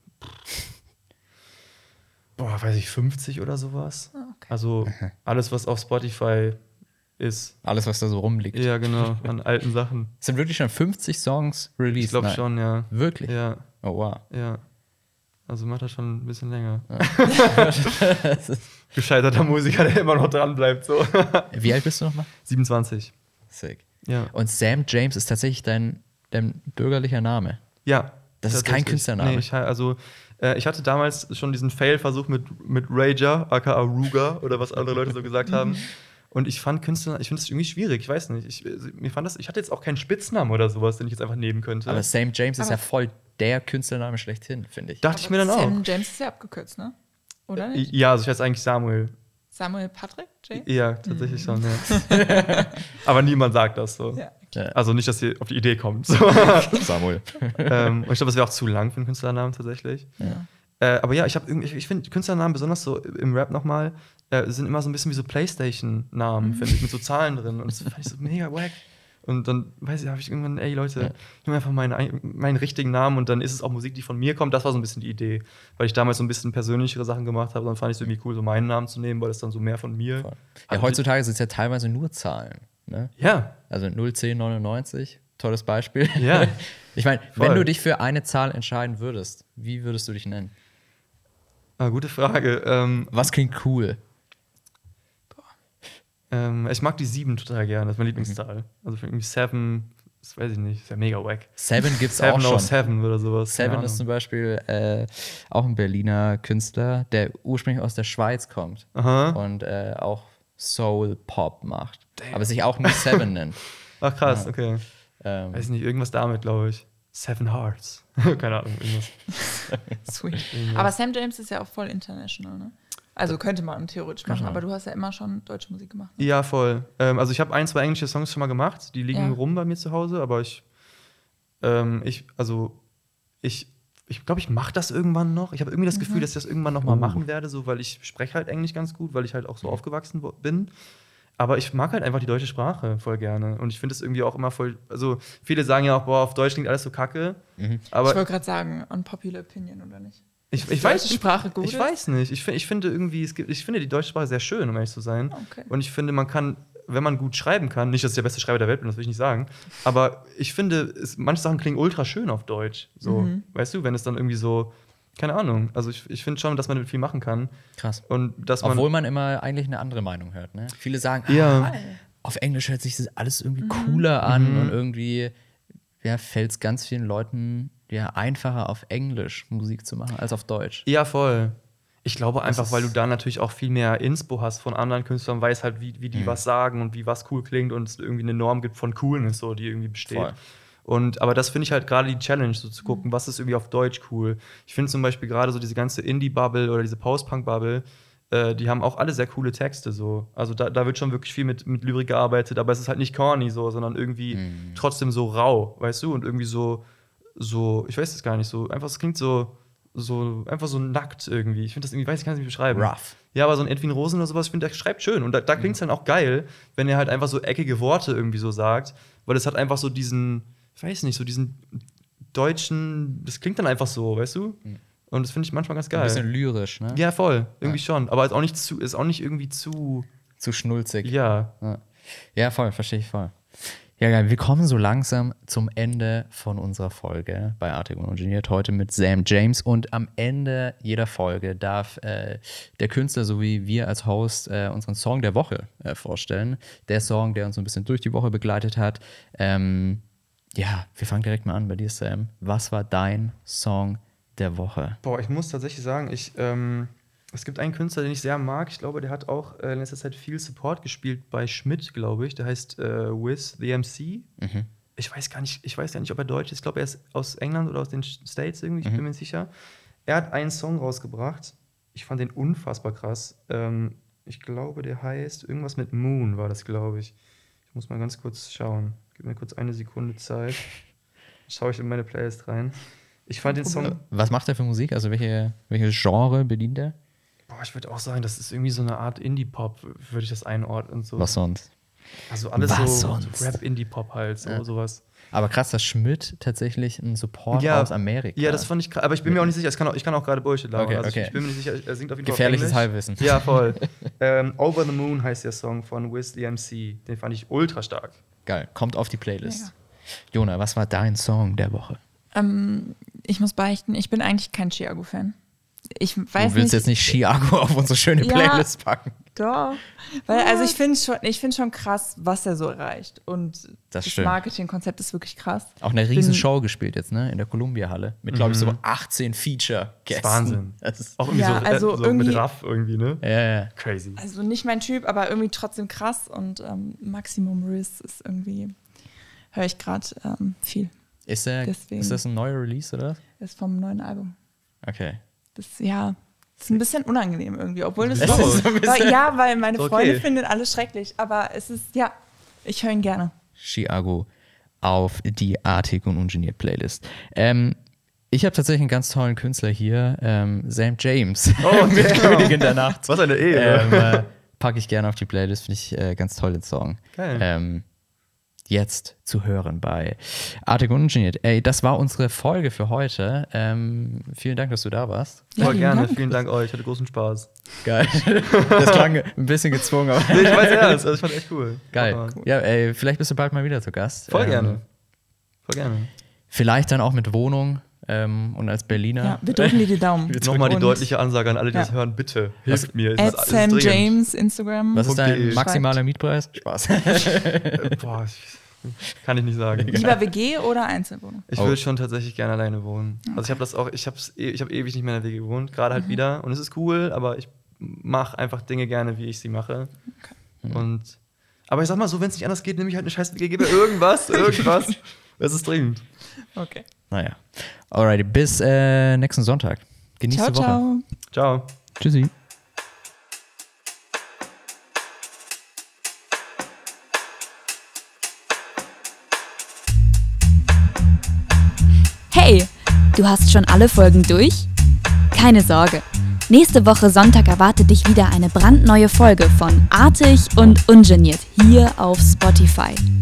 [SPEAKER 4] Boah, weiß ich, 50 oder sowas.
[SPEAKER 2] Okay.
[SPEAKER 4] Also alles, was auf Spotify ist.
[SPEAKER 1] Alles, was da so rumliegt.
[SPEAKER 4] Ja, genau, an alten Sachen.
[SPEAKER 1] Es sind wirklich schon 50 Songs released?
[SPEAKER 4] Ich glaube schon, ja.
[SPEAKER 1] Wirklich?
[SPEAKER 4] Ja.
[SPEAKER 1] Oh, wow.
[SPEAKER 4] Ja. Also macht das schon ein bisschen länger. Gescheiterter Musiker, der immer noch dran bleibt. So.
[SPEAKER 1] Wie alt bist du nochmal?
[SPEAKER 4] 27.
[SPEAKER 1] Sick.
[SPEAKER 4] Ja.
[SPEAKER 1] Und Sam James ist tatsächlich dein bürgerlicher Name.
[SPEAKER 4] Ja.
[SPEAKER 1] Das ist kein Künstlername.
[SPEAKER 4] Nee, ich hatte damals schon diesen Fail-Versuch mit Rager, aka Ruger oder was andere Leute so gesagt haben. Und ich finde das irgendwie schwierig, ich weiß nicht. Ich hatte jetzt auch keinen Spitznamen oder sowas, den ich jetzt einfach nehmen könnte.
[SPEAKER 1] Aber Sam James ist ja voll der Künstlername schlechthin, finde ich.
[SPEAKER 4] Dachte ich mir dann auch.
[SPEAKER 2] Sam James ist ja abgekürzt, ne? Oder nicht?
[SPEAKER 4] Ja, also ich heiße eigentlich Samuel.
[SPEAKER 2] Samuel Patrick James?
[SPEAKER 4] Ja, tatsächlich schon, ja. Aber niemand sagt das so.
[SPEAKER 2] Ja.
[SPEAKER 4] Also nicht, dass ihr auf die Idee kommt. So.
[SPEAKER 1] Samuel.
[SPEAKER 4] Und ich glaube, das wäre auch zu lang für einen Künstlernamen tatsächlich.
[SPEAKER 1] Ja.
[SPEAKER 4] Aber ja, ich finde Künstlernamen besonders so im Rap nochmal sind immer so ein bisschen wie so Playstation-Namen, finde ich, mit so Zahlen drin. Und das fand ich so mega wack. Und dann, habe ich irgendwann, ey Leute, ich nehme einfach meinen richtigen Namen und dann ist es auch Musik, die von mir kommt. Das war so ein bisschen die Idee. Weil ich damals so ein bisschen persönlichere Sachen gemacht habe, dann fand ich es irgendwie cool, so meinen Namen zu nehmen, weil das dann so mehr von mir.
[SPEAKER 1] Ja, heutzutage sind es ja teilweise nur Zahlen. Ne?
[SPEAKER 4] Ja.
[SPEAKER 1] Also 01099, tolles Beispiel.
[SPEAKER 4] Ja.
[SPEAKER 1] Ich meine,
[SPEAKER 4] Voll.
[SPEAKER 1] wenn du dich für eine Zahl entscheiden würdest, wie würdest du dich nennen?
[SPEAKER 4] Gute Frage.
[SPEAKER 1] Was klingt cool?
[SPEAKER 4] Ich mag die 7 total gerne, das ist meine Lieblingszahl. Also für irgendwie 7, das weiß ich nicht, ist ja mega wack.
[SPEAKER 1] 7 gibt's auch
[SPEAKER 4] 7
[SPEAKER 1] schon.
[SPEAKER 4] aus 7 oder sowas.
[SPEAKER 1] 7 ist zum Beispiel auch ein Berliner Künstler, der ursprünglich aus der Schweiz kommt und auch Soul-Pop macht. Aber sich auch nur 7 nennt.
[SPEAKER 4] Ach krass, okay. Weiß nicht, irgendwas damit, glaube ich. 7 Hearts. Keine Ahnung, irgendwas.
[SPEAKER 2] Sweet. Aber Sam James ist ja auch voll international, ne? Also könnte man theoretisch machen, aber du hast ja immer schon deutsche Musik gemacht. Ne?
[SPEAKER 4] Ja, voll. Also ich habe 1, 2 englische Songs schon mal gemacht, die liegen rum bei mir zu Hause, aber ich glaube, ich mache das irgendwann noch. Ich habe irgendwie das Gefühl, dass ich das irgendwann noch mal machen werde, so, weil ich spreche halt Englisch ganz gut, weil ich halt auch so aufgewachsen bin. Aber ich mag halt einfach die deutsche Sprache voll gerne. Und ich finde es irgendwie auch immer voll. Also, viele sagen ja auch, boah, auf Deutsch klingt alles so kacke. Aber
[SPEAKER 2] ich wollte gerade sagen, unpopular opinion oder nicht?
[SPEAKER 4] Ich
[SPEAKER 2] die
[SPEAKER 4] weiß,
[SPEAKER 2] deutsche Sprache gut
[SPEAKER 4] ich weiß nicht. Ich finde irgendwie, ich finde die deutsche Sprache sehr schön, um ehrlich zu sein.
[SPEAKER 2] Okay.
[SPEAKER 4] Und ich finde, man kann, wenn man gut schreiben kann, nicht, dass ich der beste Schreiber der Welt bin, das will ich nicht sagen, aber ich finde, manche Sachen klingen ultra schön auf Deutsch. So, weißt du, wenn es dann irgendwie so, keine Ahnung. Also ich finde schon, dass man damit viel machen kann.
[SPEAKER 1] Krass.
[SPEAKER 4] Und dass
[SPEAKER 1] Obwohl man immer eigentlich eine andere Meinung hört. Ne? Viele sagen, auf Englisch hört sich das alles irgendwie cooler an und irgendwie fällt es ganz vielen Leuten einfacher, auf Englisch Musik zu machen, als auf Deutsch.
[SPEAKER 4] Ja, voll. Ich glaube einfach, weil du da natürlich auch viel mehr Inspo hast von anderen Künstlern, weißt halt, wie die was sagen und wie was cool klingt und es irgendwie eine Norm gibt von Coolness, so, die irgendwie besteht. Voll. Aber das finde ich halt gerade die Challenge, so zu gucken, was ist irgendwie auf Deutsch cool. Ich finde zum Beispiel gerade so diese ganze Indie-Bubble oder diese Post-Punk-Bubble, die haben auch alle sehr coole Texte. So. Also da wird schon wirklich viel mit Lyrik gearbeitet, aber es ist halt nicht corny so, sondern irgendwie trotzdem so rau, weißt du? Und irgendwie so, ich weiß es gar nicht, so einfach, es klingt so einfach so nackt irgendwie. Ich finde das irgendwie, ich kann es nicht beschreiben.
[SPEAKER 1] Rough.
[SPEAKER 4] Ja, aber so ein Edwin Rosen oder sowas, ich finde, der schreibt schön. Und da klingt es dann auch geil, wenn er halt einfach so eckige Worte irgendwie so sagt, weil es hat einfach so diesen, ich weiß nicht, so diesen deutschen, das klingt dann einfach so, weißt du? Und das finde ich manchmal ganz geil.
[SPEAKER 1] Ein bisschen lyrisch, ne?
[SPEAKER 4] Ja, voll. Irgendwie schon. Aber ist auch nicht irgendwie zu
[SPEAKER 1] schnulzig.
[SPEAKER 4] Ja.
[SPEAKER 1] Ja, voll, verstehe ich voll. Ja, geil. Wir kommen so langsam zum Ende von unserer Folge bei Artig und Ungeniert. Heute mit Sam James. Und am Ende jeder Folge darf der Künstler sowie wir als Host unseren Song der Woche vorstellen. Der Song, der uns so ein bisschen durch die Woche begleitet hat. Wir fangen direkt mal an bei dir, Sam. Was war dein Song der Woche?
[SPEAKER 4] Boah, ich muss tatsächlich sagen, es gibt einen Künstler, den ich sehr mag. Ich glaube, der hat auch in letzter Zeit viel Support gespielt bei Schmidt, glaube ich. Der heißt Wiz the MC. Ich weiß gar nicht, ob er deutsch ist. Ich glaube, er ist aus England oder aus den States irgendwie. Ich bin mir nicht sicher. Er hat einen Song rausgebracht. Ich fand den unfassbar krass. Ich glaube, der heißt irgendwas mit Moon, war das, glaube ich. Ich muss mal ganz kurz schauen. Gib mir kurz eine Sekunde Zeit. Schaue ich in meine Playlist rein. Ich fand den Song.
[SPEAKER 1] Was macht er für Musik? Also welche Genre bedient er?
[SPEAKER 4] Boah, ich würde auch sagen, das ist irgendwie so eine Art Indie-Pop, würde ich das einordnen. So.
[SPEAKER 1] Was sonst?
[SPEAKER 4] Also alles so
[SPEAKER 1] sonst?
[SPEAKER 4] Rap-Indie-Pop halt, sowas.
[SPEAKER 1] Aber krass, dass Schmidt tatsächlich einen Support aus Amerika.
[SPEAKER 4] Ja, das fand ich krass. Aber ich bin mir auch nicht sicher, ich kann auch gerade Bullshit labern.
[SPEAKER 1] Okay.
[SPEAKER 4] Ich bin mir nicht sicher, er singt auf jeden Fall
[SPEAKER 1] Gefährliches
[SPEAKER 4] auf
[SPEAKER 1] Halbwissen.
[SPEAKER 4] Ja, voll. Over the Moon heißt der Song von Wiz the MC. Den fand ich ultra stark.
[SPEAKER 1] Geil, kommt auf die Playlist. Jona, was war dein Song der Woche?
[SPEAKER 2] Ich muss beichten, ich bin eigentlich kein Chiago-Fan. Ich weiß
[SPEAKER 1] Du willst jetzt nicht Chiago auf unsere schöne Playlist packen.
[SPEAKER 2] Doch. Weil, also ich finde schon krass, was er so erreicht. Und das
[SPEAKER 1] stimmt.
[SPEAKER 2] Marketingkonzept ist wirklich krass.
[SPEAKER 1] Auch eine riesen Show gespielt jetzt, ne? In der Columbia-Halle. Mit, glaube ich, so 18 Feature-Gästen.
[SPEAKER 4] Wahnsinn.
[SPEAKER 1] Das ist
[SPEAKER 4] Auch irgendwie
[SPEAKER 2] Ja,
[SPEAKER 4] so,
[SPEAKER 2] also
[SPEAKER 4] so
[SPEAKER 2] irgendwie-
[SPEAKER 4] mit Raff irgendwie, ne?
[SPEAKER 1] ja.
[SPEAKER 4] Crazy.
[SPEAKER 2] Also nicht mein Typ, aber irgendwie trotzdem krass. Und Maximum Risk ist irgendwie, höre ich gerade viel.
[SPEAKER 1] Ist
[SPEAKER 2] Deswegen.
[SPEAKER 1] das ein neuer Release, oder?
[SPEAKER 2] Ist vom neuen Album.
[SPEAKER 1] Okay.
[SPEAKER 2] Das ist ein bisschen unangenehm irgendwie, obwohl das
[SPEAKER 1] Wieso?
[SPEAKER 2] so, weil meine
[SPEAKER 4] Okay.
[SPEAKER 2] Freunde finden alles schrecklich, aber es ist, ich höre ihn gerne.
[SPEAKER 1] Chiago auf die Artig und Ungeniert Playlist. Ich habe tatsächlich einen ganz tollen Künstler hier, Sam James.
[SPEAKER 4] Oh,
[SPEAKER 1] mit
[SPEAKER 4] damn.
[SPEAKER 1] Königin der Nacht.
[SPEAKER 4] Was eine Ehre.
[SPEAKER 1] Packe ich gerne auf die Playlist, finde ich ganz toll, den Song.
[SPEAKER 4] Geil.
[SPEAKER 1] Jetzt zu hören bei Artig und Ungeniert. Ey, das war unsere Folge für heute. Vielen Dank, dass du da warst.
[SPEAKER 4] Voll
[SPEAKER 2] vielen
[SPEAKER 4] gerne.
[SPEAKER 2] Dank.
[SPEAKER 4] Vielen Dank euch. Ich hatte großen Spaß.
[SPEAKER 1] Geil. Das klang ein bisschen gezwungen, aber
[SPEAKER 4] Nee, ich weiß ernst. Also ich fand echt cool.
[SPEAKER 1] geil.
[SPEAKER 4] Aber
[SPEAKER 1] Ja, ey, vielleicht bist du bald mal wieder zu Gast.
[SPEAKER 4] Voll gerne. Voll gerne.
[SPEAKER 1] Vielleicht dann auch mit Wohnung und als Berliner.
[SPEAKER 2] Ja, wir drücken dir die Daumen.
[SPEAKER 4] Nochmal die
[SPEAKER 2] Und
[SPEAKER 4] deutliche Ansage an alle, die das hören. Bitte, hilft mir. Es ist
[SPEAKER 2] Sam
[SPEAKER 4] dringend.
[SPEAKER 2] James, Instagram.
[SPEAKER 1] Was ist dein
[SPEAKER 4] .de.
[SPEAKER 1] maximaler Mietpreis? Spaß.
[SPEAKER 4] Boah, kann ich nicht sagen.
[SPEAKER 2] Lieber WG oder Einzelwohnung?
[SPEAKER 4] Ich will schon tatsächlich gerne alleine wohnen. Also ich habe das auch, ich habe ewig nicht mehr in der WG gewohnt, gerade halt wieder. Und es ist cool, aber ich mache einfach Dinge gerne, wie ich sie mache. Aber ich sag mal so, wenn es nicht anders geht, nehme ich halt eine scheiß WG, gebe mir irgendwas. Das ist dringend.
[SPEAKER 2] Okay.
[SPEAKER 1] Naja. Alrighty, bis nächsten Sonntag. Genießt
[SPEAKER 2] Ciao,
[SPEAKER 1] die Woche.
[SPEAKER 2] ciao.
[SPEAKER 4] Ciao.
[SPEAKER 1] Tschüssi.
[SPEAKER 3] Hey, du hast schon alle Folgen durch? Keine Sorge. Nächste Woche Sonntag erwartet dich wieder eine brandneue Folge von Artig und Ungeniert hier auf Spotify.